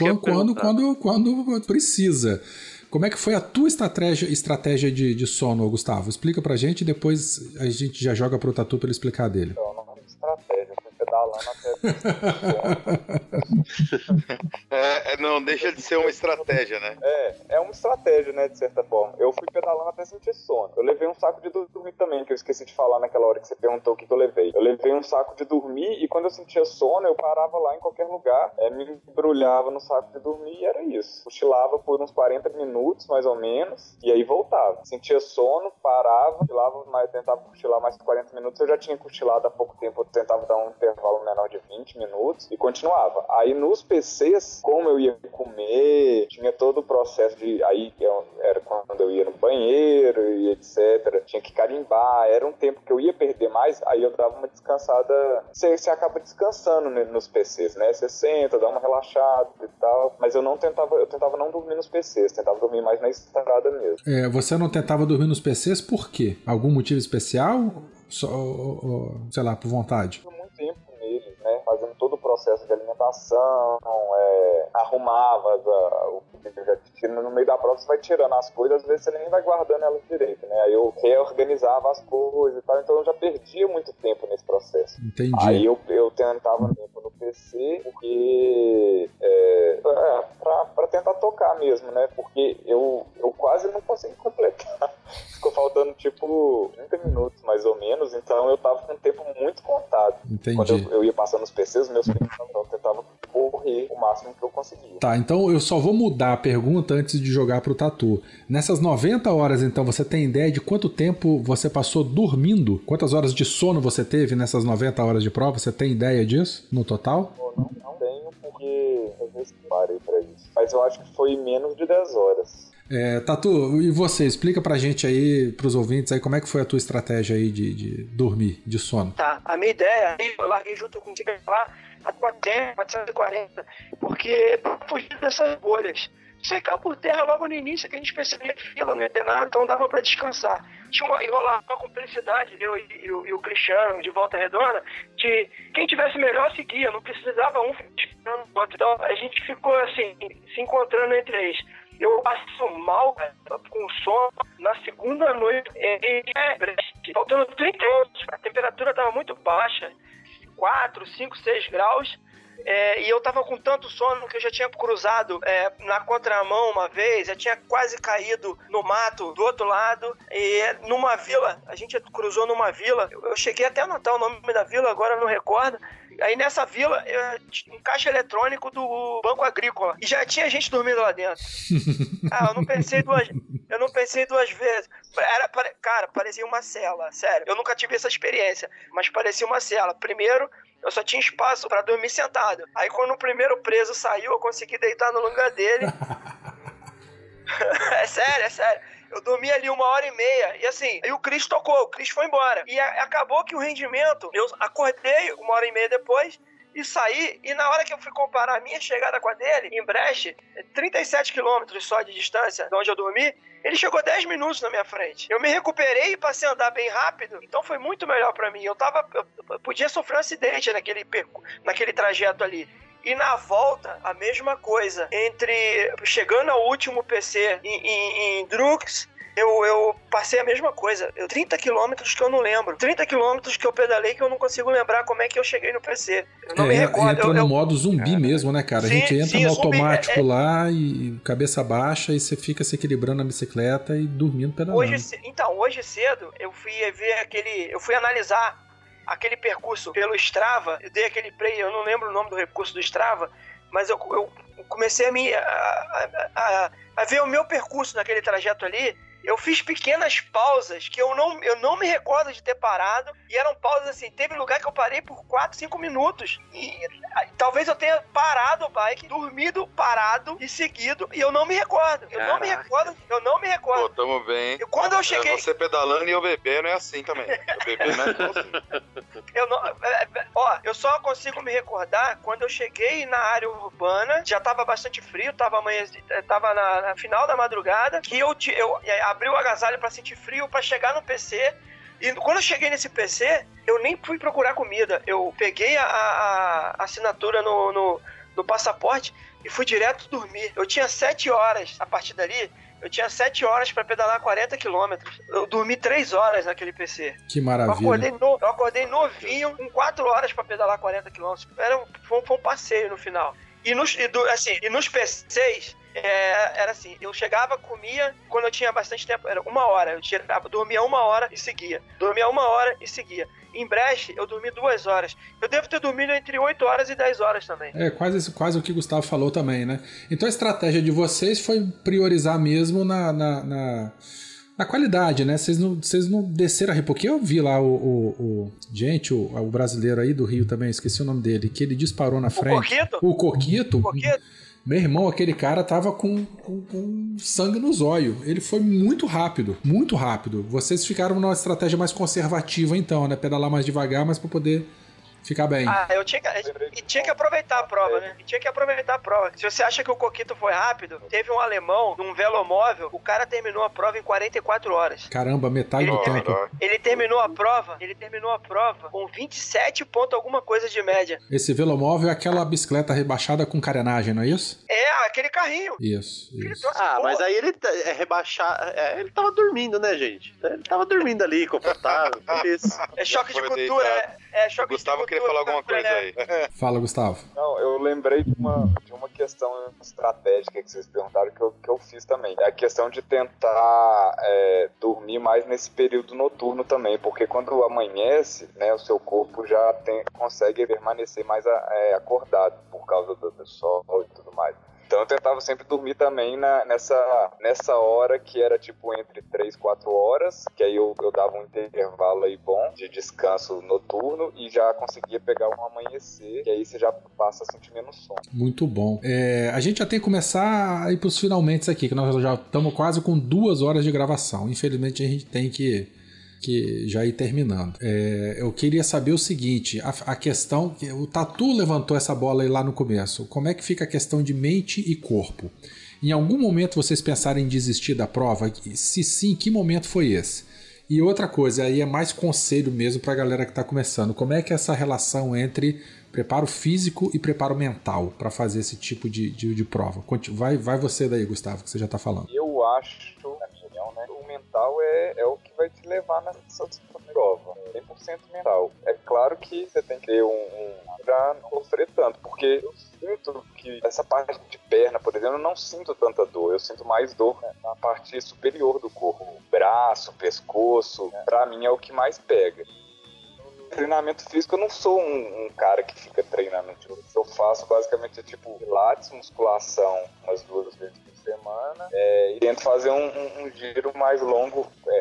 precisa. Como é que foi a tua estratégia de sono, Gustavo? Explica pra gente e depois a gente já joga pro Tatu pra ele explicar dele. Então, não é estratégia, eu fui pedalando até... Não deixa de ser uma estratégia, né? É uma estratégia, né, de certa forma. Eu fui pedalando até sentir sono. Eu levei um saco de dormir também, que eu esqueci de falar naquela hora que você perguntou o que eu levei. Eu levei um saco de dormir e quando eu sentia sono, eu parava lá em qualquer lugar, me embrulhava no saco de dormir e era isso. Cochilava por uns 40 minutos, mais ou menos, e aí voltava. Sentia sono, parava, cochilava, mas tentava cochilar mais 40 minutos. Eu já tinha cochilado há pouco tempo, eu tentava dar um intervalo menor de 20 minutos e continuava. Aí nos PCs, como eu ia comer, tinha todo o processo de... Aí era quando eu ia no banheiro e etc. Tinha que carimbar, era um tempo que eu ia perder mais, aí eu dava uma descansada. Você acaba descansando nos PCs, né? Você senta, dá uma relaxada e tal. Mas eu tentava não dormir nos PCs, tentava dormir mais na estrada mesmo. Você não tentava dormir nos PCs por quê? Algum motivo especial? Sei lá, por vontade? Muito tempo neles, né? Fazendo todo o processo de alimentação, arrumava o que eu já tinha no meio da prova, você vai tirando as coisas, às vezes você nem vai guardando elas direito, né? Aí eu reorganizava as coisas e tal, então eu já perdia muito tempo nesse processo. Entendi. Aí eu tentava tempo no PC, porque pra tentar tocar mesmo, né? Porque eu quase não consegui completar. Ficou faltando tipo 30 minutos mais ou menos, então eu tava com um tempo muito contado. Entendi. Quando eu ia passando os PCs, meus filhos eu tentava correr o máximo que eu conseguia. Tá, então eu só vou mudar a pergunta antes de jogar pro Tatu. Nessas 90 horas, então, você tem ideia de quanto tempo você passou dormindo? Quantas horas de sono você teve nessas 90 horas de prova? Você tem ideia disso, no total? Não tenho, porque às vezes parei pra isso. Mas eu acho que foi menos de 10 horas. Tatu, e você? Explica pra gente aí, pros ouvintes aí, como é que foi a tua estratégia aí de dormir, de sono? Tá, a minha ideia, eu larguei junto contigo lá a 440, porque pra fugir dessas bolhas. Você caiu por terra logo no início, que a gente percebia que fila, não ia ter nada, então dava pra descansar. Rolava uma cumplicidade, eu e o Cristiano, de Volta Redonda, de quem tivesse melhor seguia, não precisava um ficando no outro. Então a gente ficou assim, se encontrando entre eles. Eu passo mal com sono na segunda noite, faltando 30 minutos, a temperatura estava muito baixa, 4, 5, 6 graus. E eu tava com tanto sono que eu já tinha cruzado na contramão uma vez, já tinha quase caído no mato do outro lado, e numa vila, a gente cruzou numa vila, eu cheguei até a anotar o nome da vila, agora eu não recordo. Aí nessa vila, um caixa eletrônico do Banco Agrícola, e já tinha gente dormindo lá dentro. Eu não pensei duas vezes. Cara, parecia uma cela, sério. Eu nunca tive essa experiência, mas parecia uma cela. Primeiro, eu só tinha espaço pra dormir sentado. Aí quando o primeiro preso saiu, eu consegui deitar no lugar dele. É sério. Eu dormi ali 1h30, e assim, aí o Cris tocou, o Cris foi embora. E acabou que o rendimento, eu acordei 1h30 depois, e saí, e na hora que eu fui comparar a minha chegada com a dele, em Brecht, 37 quilômetros só de distância de onde eu dormi, ele chegou 10 minutos na minha frente. Eu me recuperei e passei a andar bem rápido, então foi muito melhor pra mim. Eu podia sofrer um acidente naquele trajeto ali. E na volta, a mesma coisa. Chegando ao último PC em Drux, eu passei a mesma coisa. 30 quilômetros que eu não lembro. 30 quilômetros que eu pedalei que eu não consigo lembrar como é que eu cheguei no PC. Eu não me recordo. Entra no modo zumbi mesmo, né, cara? A gente entra no automático lá e cabeça baixa e você fica se equilibrando na bicicleta e dormindo pedalando. Hoje cedo, eu fui analisar aquele percurso pelo Strava, eu dei aquele play, eu não lembro o nome do recurso do Strava, mas eu comecei a ver o meu percurso naquele trajeto ali, eu fiz pequenas pausas que eu não me recordo de ter parado, e eram pausas assim, teve lugar que eu parei por 4, 5 minutos, e talvez eu tenha parado o bike, dormido parado e seguido, e eu não me recordo. Eu não me recordo. Pô, tamo bem. Quando eu cheguei... Você pedalando e eu bebendo é assim também. Eu bebendo não é assim. Eu só consigo me recordar quando eu cheguei na área urbana, já tava bastante frio, tava na final da madrugada, que eu abri o agasalho pra sentir frio, pra chegar no PC. E quando eu cheguei nesse PC, eu nem fui procurar comida. Eu peguei a assinatura no passaporte e fui direto dormir. Eu tinha 7 horas, a partir dali, eu tinha 7 horas pra pedalar 40 quilômetros. Eu dormi 3 horas naquele PC. Que maravilha. Eu acordei novinho, com 4 horas pra pedalar 40 quilômetros. Foi um passeio no final. E nos PCs... era assim, eu chegava, comia, quando eu tinha bastante tempo, era 1 hora, eu dormia 1 hora e seguia. Em Brecht, eu dormi 2 horas. Eu devo ter dormido entre 8 horas e 10 horas também. Quase o que o Gustavo falou também, né? Então a estratégia de vocês foi priorizar mesmo na qualidade, né? Vocês não desceram a rir, porque eu vi lá o brasileiro aí do Rio também, esqueci o nome dele, que ele disparou na frente. O Coquito? Meu irmão, aquele cara tava com sangue no zóio. Ele foi muito rápido, muito rápido. Vocês ficaram numa estratégia mais conservativa então, né? Pedalar mais devagar, mas pra poder ficar bem. Eu tinha que aproveitar a prova, né? Se você acha que o Coquito foi rápido, teve um alemão num velomóvel, o cara terminou a prova em 44 horas. Caramba, metade do tempo. Ele terminou a prova com 27 ponto alguma coisa de média. Esse velomóvel é aquela bicicleta rebaixada com carenagem, não é isso? Aquele carrinho. Isso. Mas aí ele ele tava dormindo, né, gente? Ele tava dormindo ali, confortável. Isso. É choque de cultura, choque de cultura. Queria falar alguma coisa aí. Fala, Gustavo. Não, eu lembrei de uma questão estratégica que vocês perguntaram que eu fiz também. É a questão de tentar dormir mais nesse período noturno também, porque quando amanhece, né, o seu corpo já consegue permanecer mais acordado por causa do sol e tudo mais. Então eu tentava sempre dormir também nessa hora que era tipo entre 3 e 4 horas, que aí eu dava um intervalo aí bom de descanso noturno e já conseguia pegar um amanhecer, que aí você já passa a sentir menos sono. Muito bom. A gente já tem que começar a ir pros finalmente aqui, que nós já estamos quase com 2 horas de gravação. Infelizmente a gente tem que já ir terminando. Eu queria saber o seguinte, a questão, o Tatu levantou essa bola aí lá no começo, como é que fica a questão de mente e corpo? Em algum momento vocês pensaram em desistir da prova? Se sim, que momento foi esse? E outra coisa, aí é mais conselho mesmo pra galera que tá começando, como é que é essa relação entre preparo físico e preparo mental para fazer esse tipo de prova? Vai você daí, Gustavo, que você já tá falando. Eu acho, na minha opinião, né, o mental é o que vai te levar nessa prova. 100% mental. É claro que você tem que ter pra não sofrer tanto, porque eu sinto que essa parte de perna, por exemplo, eu não sinto tanta dor. Eu sinto mais dor, né, na parte superior do corpo. Braço, pescoço, né, pra mim é o que mais pega. Treinamento físico, eu não sou um cara que fica treinando. Eu faço basicamente tipo pilates, musculação umas 2 vezes por semana e tento fazer um giro mais longo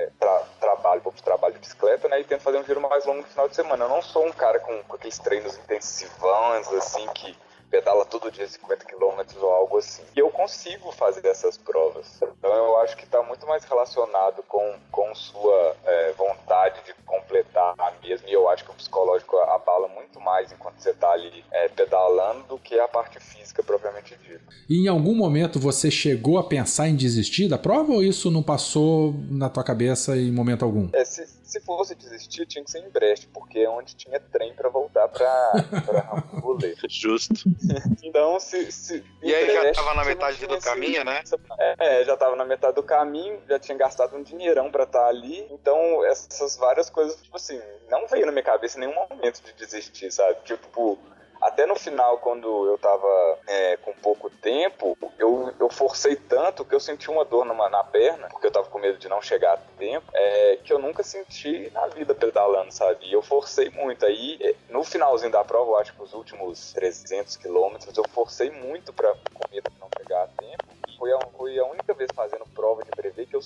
vou pro trabalho de bicicleta, né, e tento fazer um giro mais longo no final de semana. Eu não sou um cara com aqueles treinos intensivões assim que pedala todo dia 50 km ou algo assim. E eu consigo fazer essas provas. Então eu acho que está muito mais relacionado com sua vontade de completar mesmo. E eu acho que o psicológico abala muito mais enquanto você está ali pedalando do que a parte física propriamente dita. E em algum momento você chegou a pensar em desistir da prova ou isso não passou na tua cabeça em momento algum? Se fosse desistir, tinha que ser em Brecht, porque é onde tinha trem pra voltar pra rolê. Justo. Então, E aí Brecht, já tava na metade do caminho, né? Já tava na metade do caminho, já tinha gastado um dinheirão pra estar ali. Então, essas várias coisas, tipo assim, não veio na minha cabeça em nenhum momento de desistir, sabe? Tipo, até no final, quando eu tava com pouco tempo, eu forcei tanto que eu senti uma dor na perna, porque eu tava com medo de não chegar a tempo, que eu nunca senti na vida pedalando, sabe? E eu forcei muito. Aí, no finalzinho da prova, eu acho que os últimos 300 quilômetros, eu forcei muito com medo de não chegar a tempo. Foi a única vez fazendo prova de brevet que eu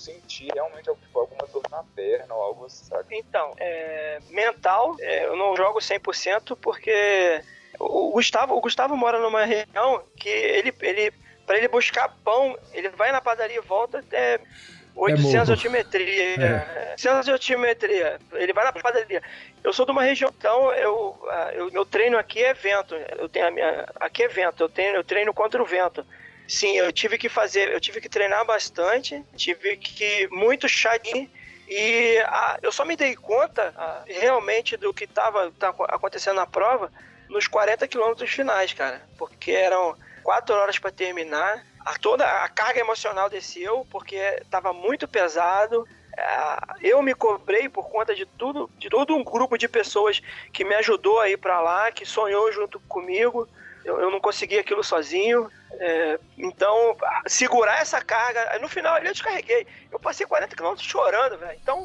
senti realmente alguma dor na perna ou algo assim, sabe? Então, mental, eu não jogo 100% porque o Gustavo mora numa região que ele para ele buscar pão, ele vai na padaria e volta 800 de altimetria. 800 de altimetria. Ele vai na padaria. Eu sou de uma região, então meu treino aqui é vento. Aqui é vento. Eu treino contra o vento. Sim, eu tive que treinar bastante, tive que muito chatinho. E eu só me dei conta realmente do que tá acontecendo na prova nos 40 quilômetros finais, cara. Porque eram 4 horas para terminar. Toda a carga emocional desceu, porque estava muito pesado. Eu me cobrei por conta de todo um grupo de pessoas que me ajudou a ir para lá, que sonhou junto comigo. Eu não consegui aquilo sozinho. Então, segurar essa carga... No final, eu descarreguei. Eu passei 40 km chorando, velho. Então,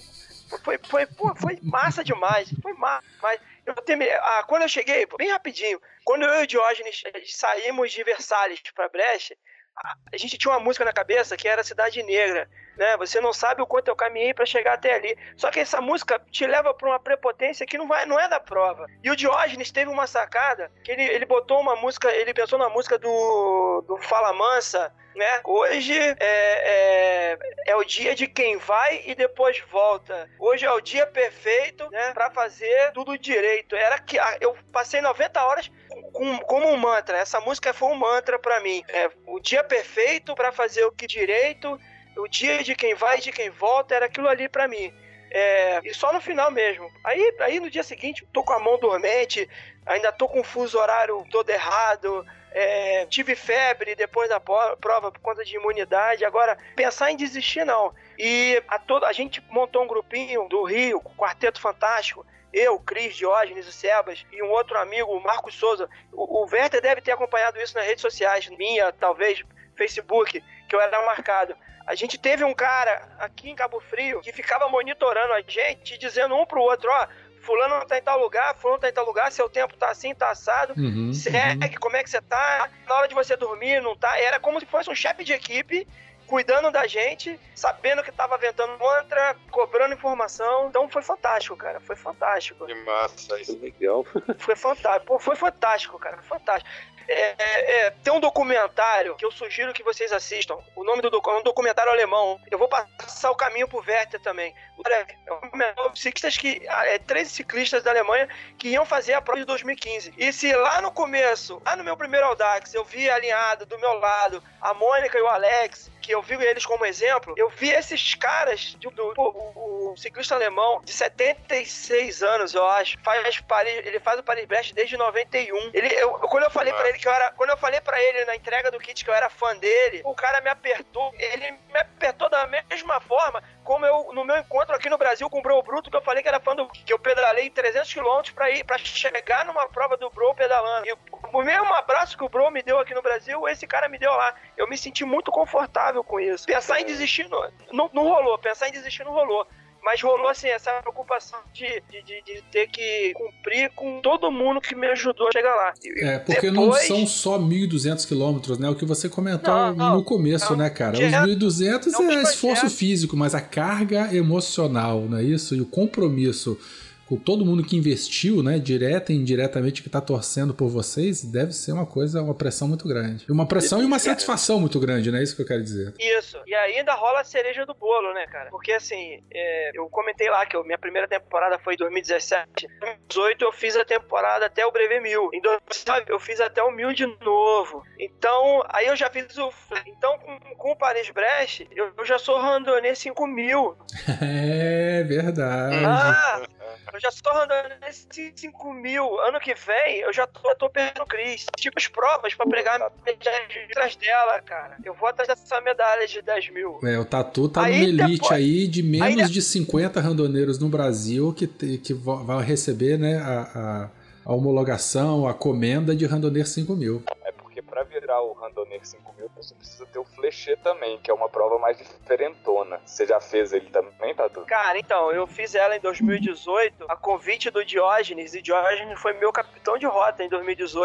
foi massa demais. Foi massa demais. Quando eu cheguei, bem rapidinho, quando eu e o Diógenes saímos de Versalhes para Brecha, a gente tinha uma música na cabeça que era Cidade Negra, né? Você não sabe o quanto eu caminhei para chegar até ali. Só que essa música te leva para uma prepotência que não é da prova. E o Diógenes teve uma sacada que ele botou uma música, ele pensou na música do Fala Mansa, né? Hoje é o dia de quem vai e depois volta. Hoje é o dia perfeito, né, para fazer tudo direito. Eu passei 90 horas como um mantra. Essa música foi um mantra para mim. O dia perfeito para fazer o que direito. O dia de quem vai e de quem volta era aquilo ali para mim. E só no final mesmo. Aí no dia seguinte, tô com a mão dormente, ainda tô com o fuso horário todo errado. Tive febre depois da prova por conta de imunidade. Agora, pensar em desistir, não. E a gente montou um grupinho do Rio, um quarteto fantástico. Eu, Cris, Diógenes, o Sebas e um outro amigo, o Marcos Souza. O Werther deve ter acompanhado isso nas redes sociais, minha, talvez, Facebook, que eu era marcado. A gente teve um cara aqui em Cabo Frio que ficava monitorando a gente, dizendo um pro outro, fulano tá em tal lugar, seu tempo tá assim, tá assado, segue, como é que você tá, na hora de você dormir, não tá, era como se fosse um chefe de equipe, cuidando da gente, sabendo que tava ventando mantra, cobrando informação, então foi fantástico, cara, foi fantástico. Que massa isso. Legal. Foi fantástico, foi fantástico, cara, fantástico. Tem um documentário que eu sugiro que vocês assistam. O nome do documentário é um documentário alemão. Eu vou passar o caminho pro Werther também. Ciclistas 13 ciclistas da Alemanha que iam fazer a prova de 2015. E se lá no começo, lá no meu primeiro Audax, eu vi alinhado do meu lado a Mônica e o Alex, que eu vi eles como exemplo, eu vi esses caras, o ciclista alemão de 76 anos, eu acho, ele faz o Paris-Brest desde 91. Quando eu falei pra ele na entrega do kit que eu era fã dele, o cara me apertou, ele me apertou da mesma forma como eu, no meu encontro aqui no Brasil com o Bro Bruto, que eu falei que era fã que eu pedalei 300 km pra chegar numa prova do Bro pedalando. E o mesmo abraço que o Bro me deu aqui no Brasil, esse cara me deu lá. Eu me senti muito confortável com isso. Pensar em desistir não rolou, mas rolou assim, essa preocupação de ter que cumprir com todo mundo que me ajudou a chegar lá. Porque não são só 1.200 quilômetros, né? O que você comentou no começo, né, cara? Os 1.200 é esforço físico, mas a carga emocional, não é isso? E o compromisso com todo mundo que investiu, né, direta e indiretamente, que tá torcendo por vocês, deve ser uma pressão muito grande. Uma pressão e uma satisfação muito grande, né? Isso que eu quero dizer. Isso. E ainda rola a cereja do bolo, né, cara? Porque, assim, eu comentei lá que minha primeira temporada foi em 2017. Em 2018 eu fiz a temporada até o Breve 1000. Em 2019 eu fiz até o 1000 de novo. Então, aí eu já fiz Então, com o Paris-Brest, eu já sou randonê 5000. É verdade. Eu já estou andando nesse 5.000. Ano que vem, eu já tô perdendo o Cris. Tipo as provas pra pregar atrás dela, cara. Eu vou atrás dessa medalha de 10.000. O Tatu tá numa elite aí de menos de 50 randoneiros no Brasil que vai receber, né, a homologação, a comenda de randoneiro 5.000. Porque pra virar o Randonneer 5000, você precisa ter o Flechet também, que é uma prova mais diferentona. Você já fez ele também, Tatu? Cara, então, eu fiz ela em 2018, a convite do Diógenes, e Diógenes foi meu capitão de rota em 2018.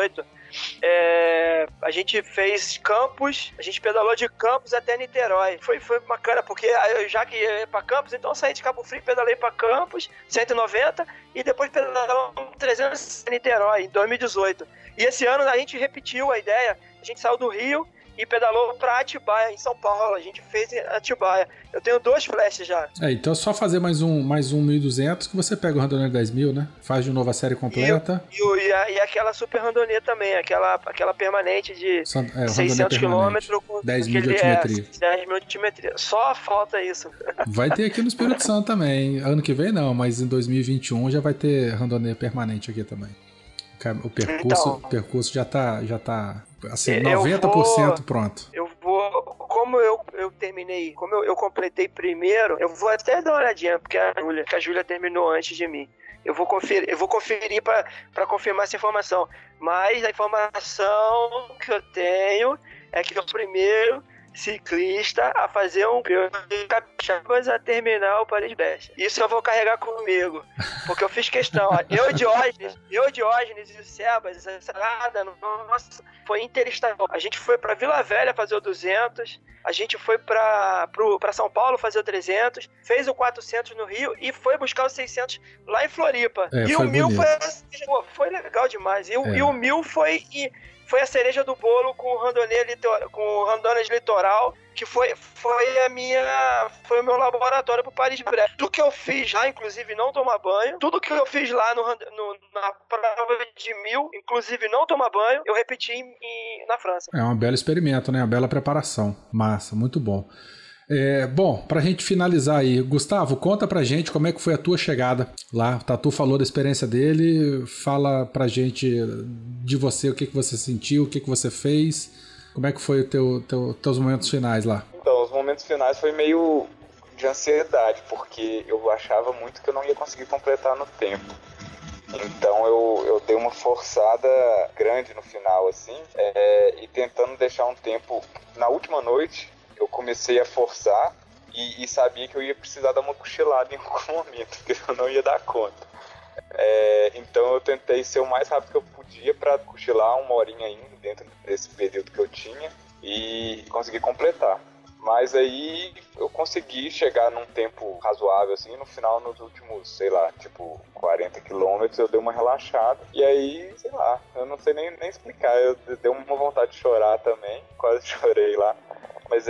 A gente fez Campos, a gente pedalou de Campos até Niterói. Foi bacana, porque já que ia pra Campos, então eu saí de Cabo Frio, pedalei pra Campos, 190, e depois pedalamos 300 em Niterói, em 2018. E esse ano a gente repetiu a ideia, a gente saiu do Rio e pedalou pra Atibaia, em São Paulo. A gente fez em Atibaia. Eu tenho 2 flashes já. Então é só fazer mais um 1.200 que você pega o Randonê 10.000, né? Faz de novo a série completa. E aquela Super Randonê também, aquela permanente de 600 km com 10.000 de altimetria. 10.000 de altimetria. Só falta isso. Vai ter aqui no Espírito Santo também. Ano que vem não, mas em 2021 já vai ter Randonê permanente aqui também. O percurso já tá assim, 90% pronto. Como eu terminei, como eu completei primeiro, eu vou até dar uma olhadinha, porque a Júlia terminou antes de mim. Eu vou conferir para confirmar essa informação. Mas a informação que eu tenho é que o primeiro ciclista a fazer um de Capixabas a terminar o Paris-Brest. Isso eu vou carregar comigo, porque eu fiz questão. Eu, Diógenes e o Sebas, essa nada, nossa, foi interestadual. A gente foi pra Vila Velha fazer o 200, a gente foi pra São Paulo fazer o 300, fez o 400 no Rio e foi buscar o 600 lá em Floripa. E o 1000 foi legal demais. E o 1000 foi a cereja do bolo com o Randonê de Litoral, que foi o meu laboratório pro Paris-Brest. Tudo que eu fiz lá, inclusive não tomar banho, tudo que eu fiz lá na prova de 1000, inclusive não tomar banho, eu repeti na França. É um belo experimento, né? Uma bela preparação. Massa, muito bom. Bom, pra gente finalizar aí, Gustavo, conta pra gente como é que foi a tua chegada lá. O Tatu falou da experiência dele, fala pra gente de você, o que você sentiu, o que você fez, como é que foi teus momentos finais lá? Então, os momentos finais foi meio de ansiedade, porque eu achava muito que eu não ia conseguir completar no tempo. Então eu dei uma forçada grande no final, assim, e tentando deixar um tempo. Na última noite, eu comecei a forçar e sabia que eu ia precisar dar uma cochilada em algum momento, porque eu não ia dar conta. Então eu tentei ser o mais rápido que eu podia para cochilar 1 horinha ainda dentro desse período que eu tinha e conseguir completar. Mas aí eu consegui chegar num tempo razoável, assim, no final, nos últimos, 40 quilômetros, eu dei uma relaxada. E aí, eu não sei nem explicar, eu dei uma vontade de chorar também, quase chorei lá. Mas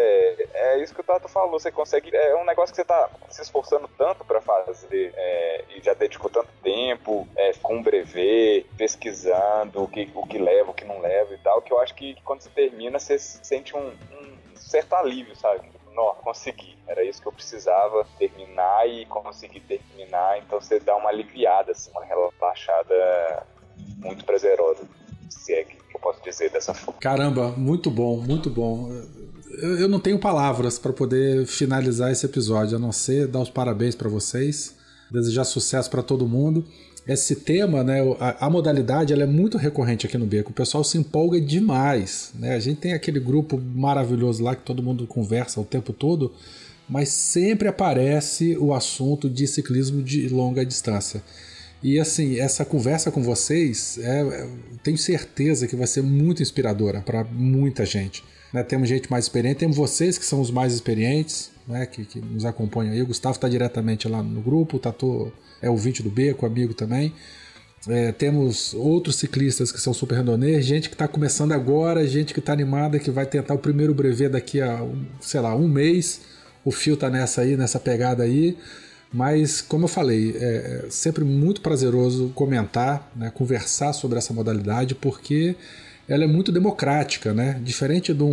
é isso que o Tato falou, você consegue, é um negócio que você tá se esforçando tanto para fazer, e já dedicou tanto tempo, com brevet, pesquisando o que leva, o que não leva e tal, que eu acho que quando você termina, você sente um certo alívio, sabe? Não, consegui, era isso que eu precisava, terminar e conseguir terminar, então você dá uma aliviada, assim, uma relaxada muito prazerosa, se é que eu posso dizer dessa forma. Caramba, muito bom, muito bom. Eu não tenho palavras para poder finalizar esse episódio, a não ser dar os parabéns para vocês, desejar sucesso para todo mundo. Esse tema, né, a modalidade, ela é muito recorrente aqui no Beco. O pessoal se empolga demais, né? A gente tem aquele grupo maravilhoso lá que todo mundo conversa o tempo todo, mas sempre aparece o assunto de ciclismo de longa distância. E assim, essa conversa com vocês, tenho certeza que vai ser muito inspiradora para muita gente. Né? Temos gente mais experiente, temos vocês que são os mais experientes, né? que nos acompanham aí. O Gustavo está diretamente lá no grupo, o Tatu é ouvinte do Beco, amigo também. Temos outros ciclistas que são super randonês, gente que está começando agora, gente que está animada, que vai tentar o primeiro brevet daqui a, um mês. O Fio está nessa pegada aí. Mas, como eu falei, é sempre muito prazeroso comentar, né, conversar sobre essa modalidade, porque ela é muito democrática, né? Diferente de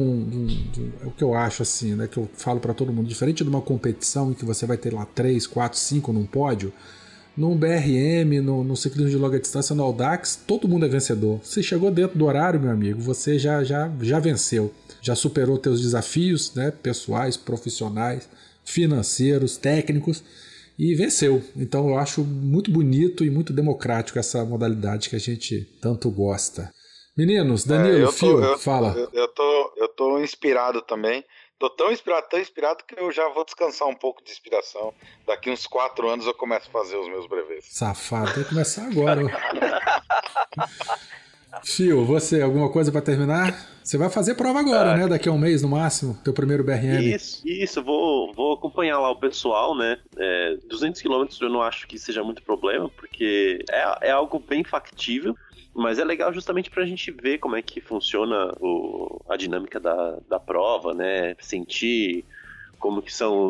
o que eu acho assim, né, que eu falo para todo mundo, diferente de uma competição em que você vai ter lá 3, 4, 5 num pódio, no BRM, no ciclismo de longa distância, no Audax, todo mundo é vencedor. Você chegou dentro do horário, meu amigo, você já venceu, já superou teus desafios, né, pessoais, profissionais, financeiros, técnicos, e venceu. Então eu acho muito bonito e muito democrático essa modalidade que a gente tanto gosta. Meninos, Danilo, Fio, fala. Eu tô inspirado também. Tô tão inspirado que eu já vou descansar um pouco de inspiração. Daqui uns 4 anos eu começo a fazer os meus brevets. Safado, tem que começar agora. Fio, você, alguma coisa pra terminar? Você vai fazer prova agora, né? Daqui a um mês, no máximo, teu primeiro BRM. Isso, vou acompanhar lá o pessoal, né? 200 km eu não acho que seja muito problema, porque é algo bem factível, mas é legal justamente pra gente ver como é que funciona a dinâmica da prova, né? Sentir como que são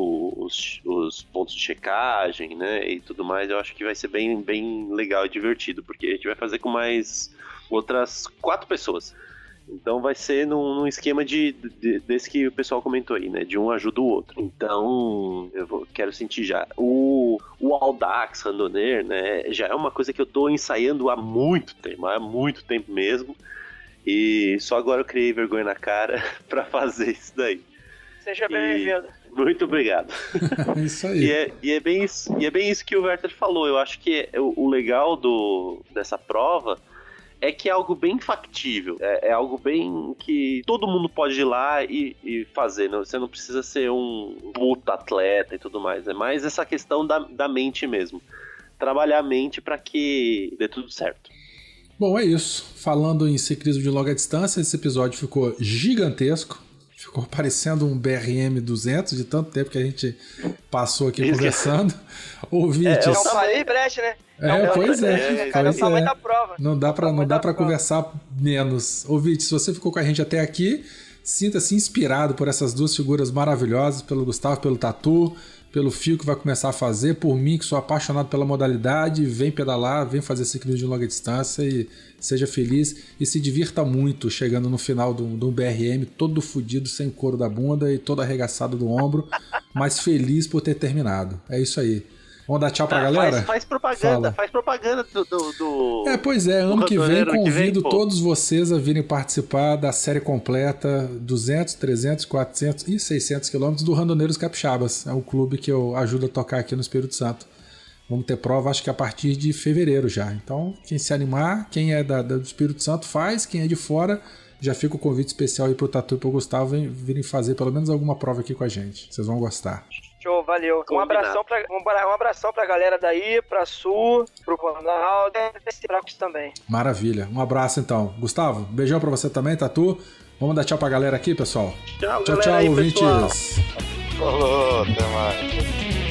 os pontos de checagem, né? E tudo mais. Eu acho que vai ser bem, bem legal e divertido, porque a gente vai fazer com mais outras 4 pessoas. Então vai ser num esquema desse que o pessoal comentou aí, né? De um ajuda o outro. Então quero sentir já. O Audax Randonneur, né? Já é uma coisa que eu tô ensaiando há muito tempo mesmo. E só agora eu criei vergonha na cara pra fazer isso daí. Seja bem-vindo. Muito obrigado. Isso aí. E é bem isso que o Werther falou. Eu acho que o legal dessa prova é que é algo bem factível. É algo bem que todo mundo pode ir lá e fazer. Não? Você não precisa ser um puta atleta e tudo mais. É mais essa questão da mente mesmo. Trabalhar a mente para que dê tudo certo. Bom, é isso. Falando em ciclismo de longa distância, esse episódio ficou gigantesco. Ficou parecendo um BRM 200, de tanto tempo que a gente passou aqui conversando. Ouvintes. Eu falei brecha, né? Pois é. Da prova. Não dá pra conversar menos. Ouvintes, se você ficou com a gente até aqui, sinta-se inspirado por essas duas figuras maravilhosas, pelo Gustavo, pelo Tatu, pelo Fio que vai começar a fazer, por mim que sou apaixonado pela modalidade, vem pedalar, vem fazer ciclismo de longa distância e seja feliz e se divirta muito chegando no final do BRM todo fudido, sem couro da bunda e todo arregaçado do ombro, mas feliz por ter terminado. É isso aí. Vamos dar tchau pra galera? Faz propaganda do pois é, ano que vem convido todos vocês a virem participar da série completa 200, 300, 400 e 600 quilômetros do Randoneiros Capixabas. É o clube que eu ajudo a tocar aqui no Espírito Santo. Vamos ter prova, acho que a partir de fevereiro já. Então, quem se animar, quem é do Espírito Santo faz, quem é de fora, já fica o convite especial aí pro Tatu e pro Gustavo virem fazer pelo menos alguma prova aqui com a gente. Vocês vão gostar. Show, valeu. Um abração pra galera daí, pra Sul, pro Ronaldo e pra Cruz também. Maravilha. Um abraço então. Gustavo, beijão pra você também, Tatu. Vamos dar tchau pra galera aqui, pessoal. Tchau, tchau, aí, ouvintes. Falou, até mais.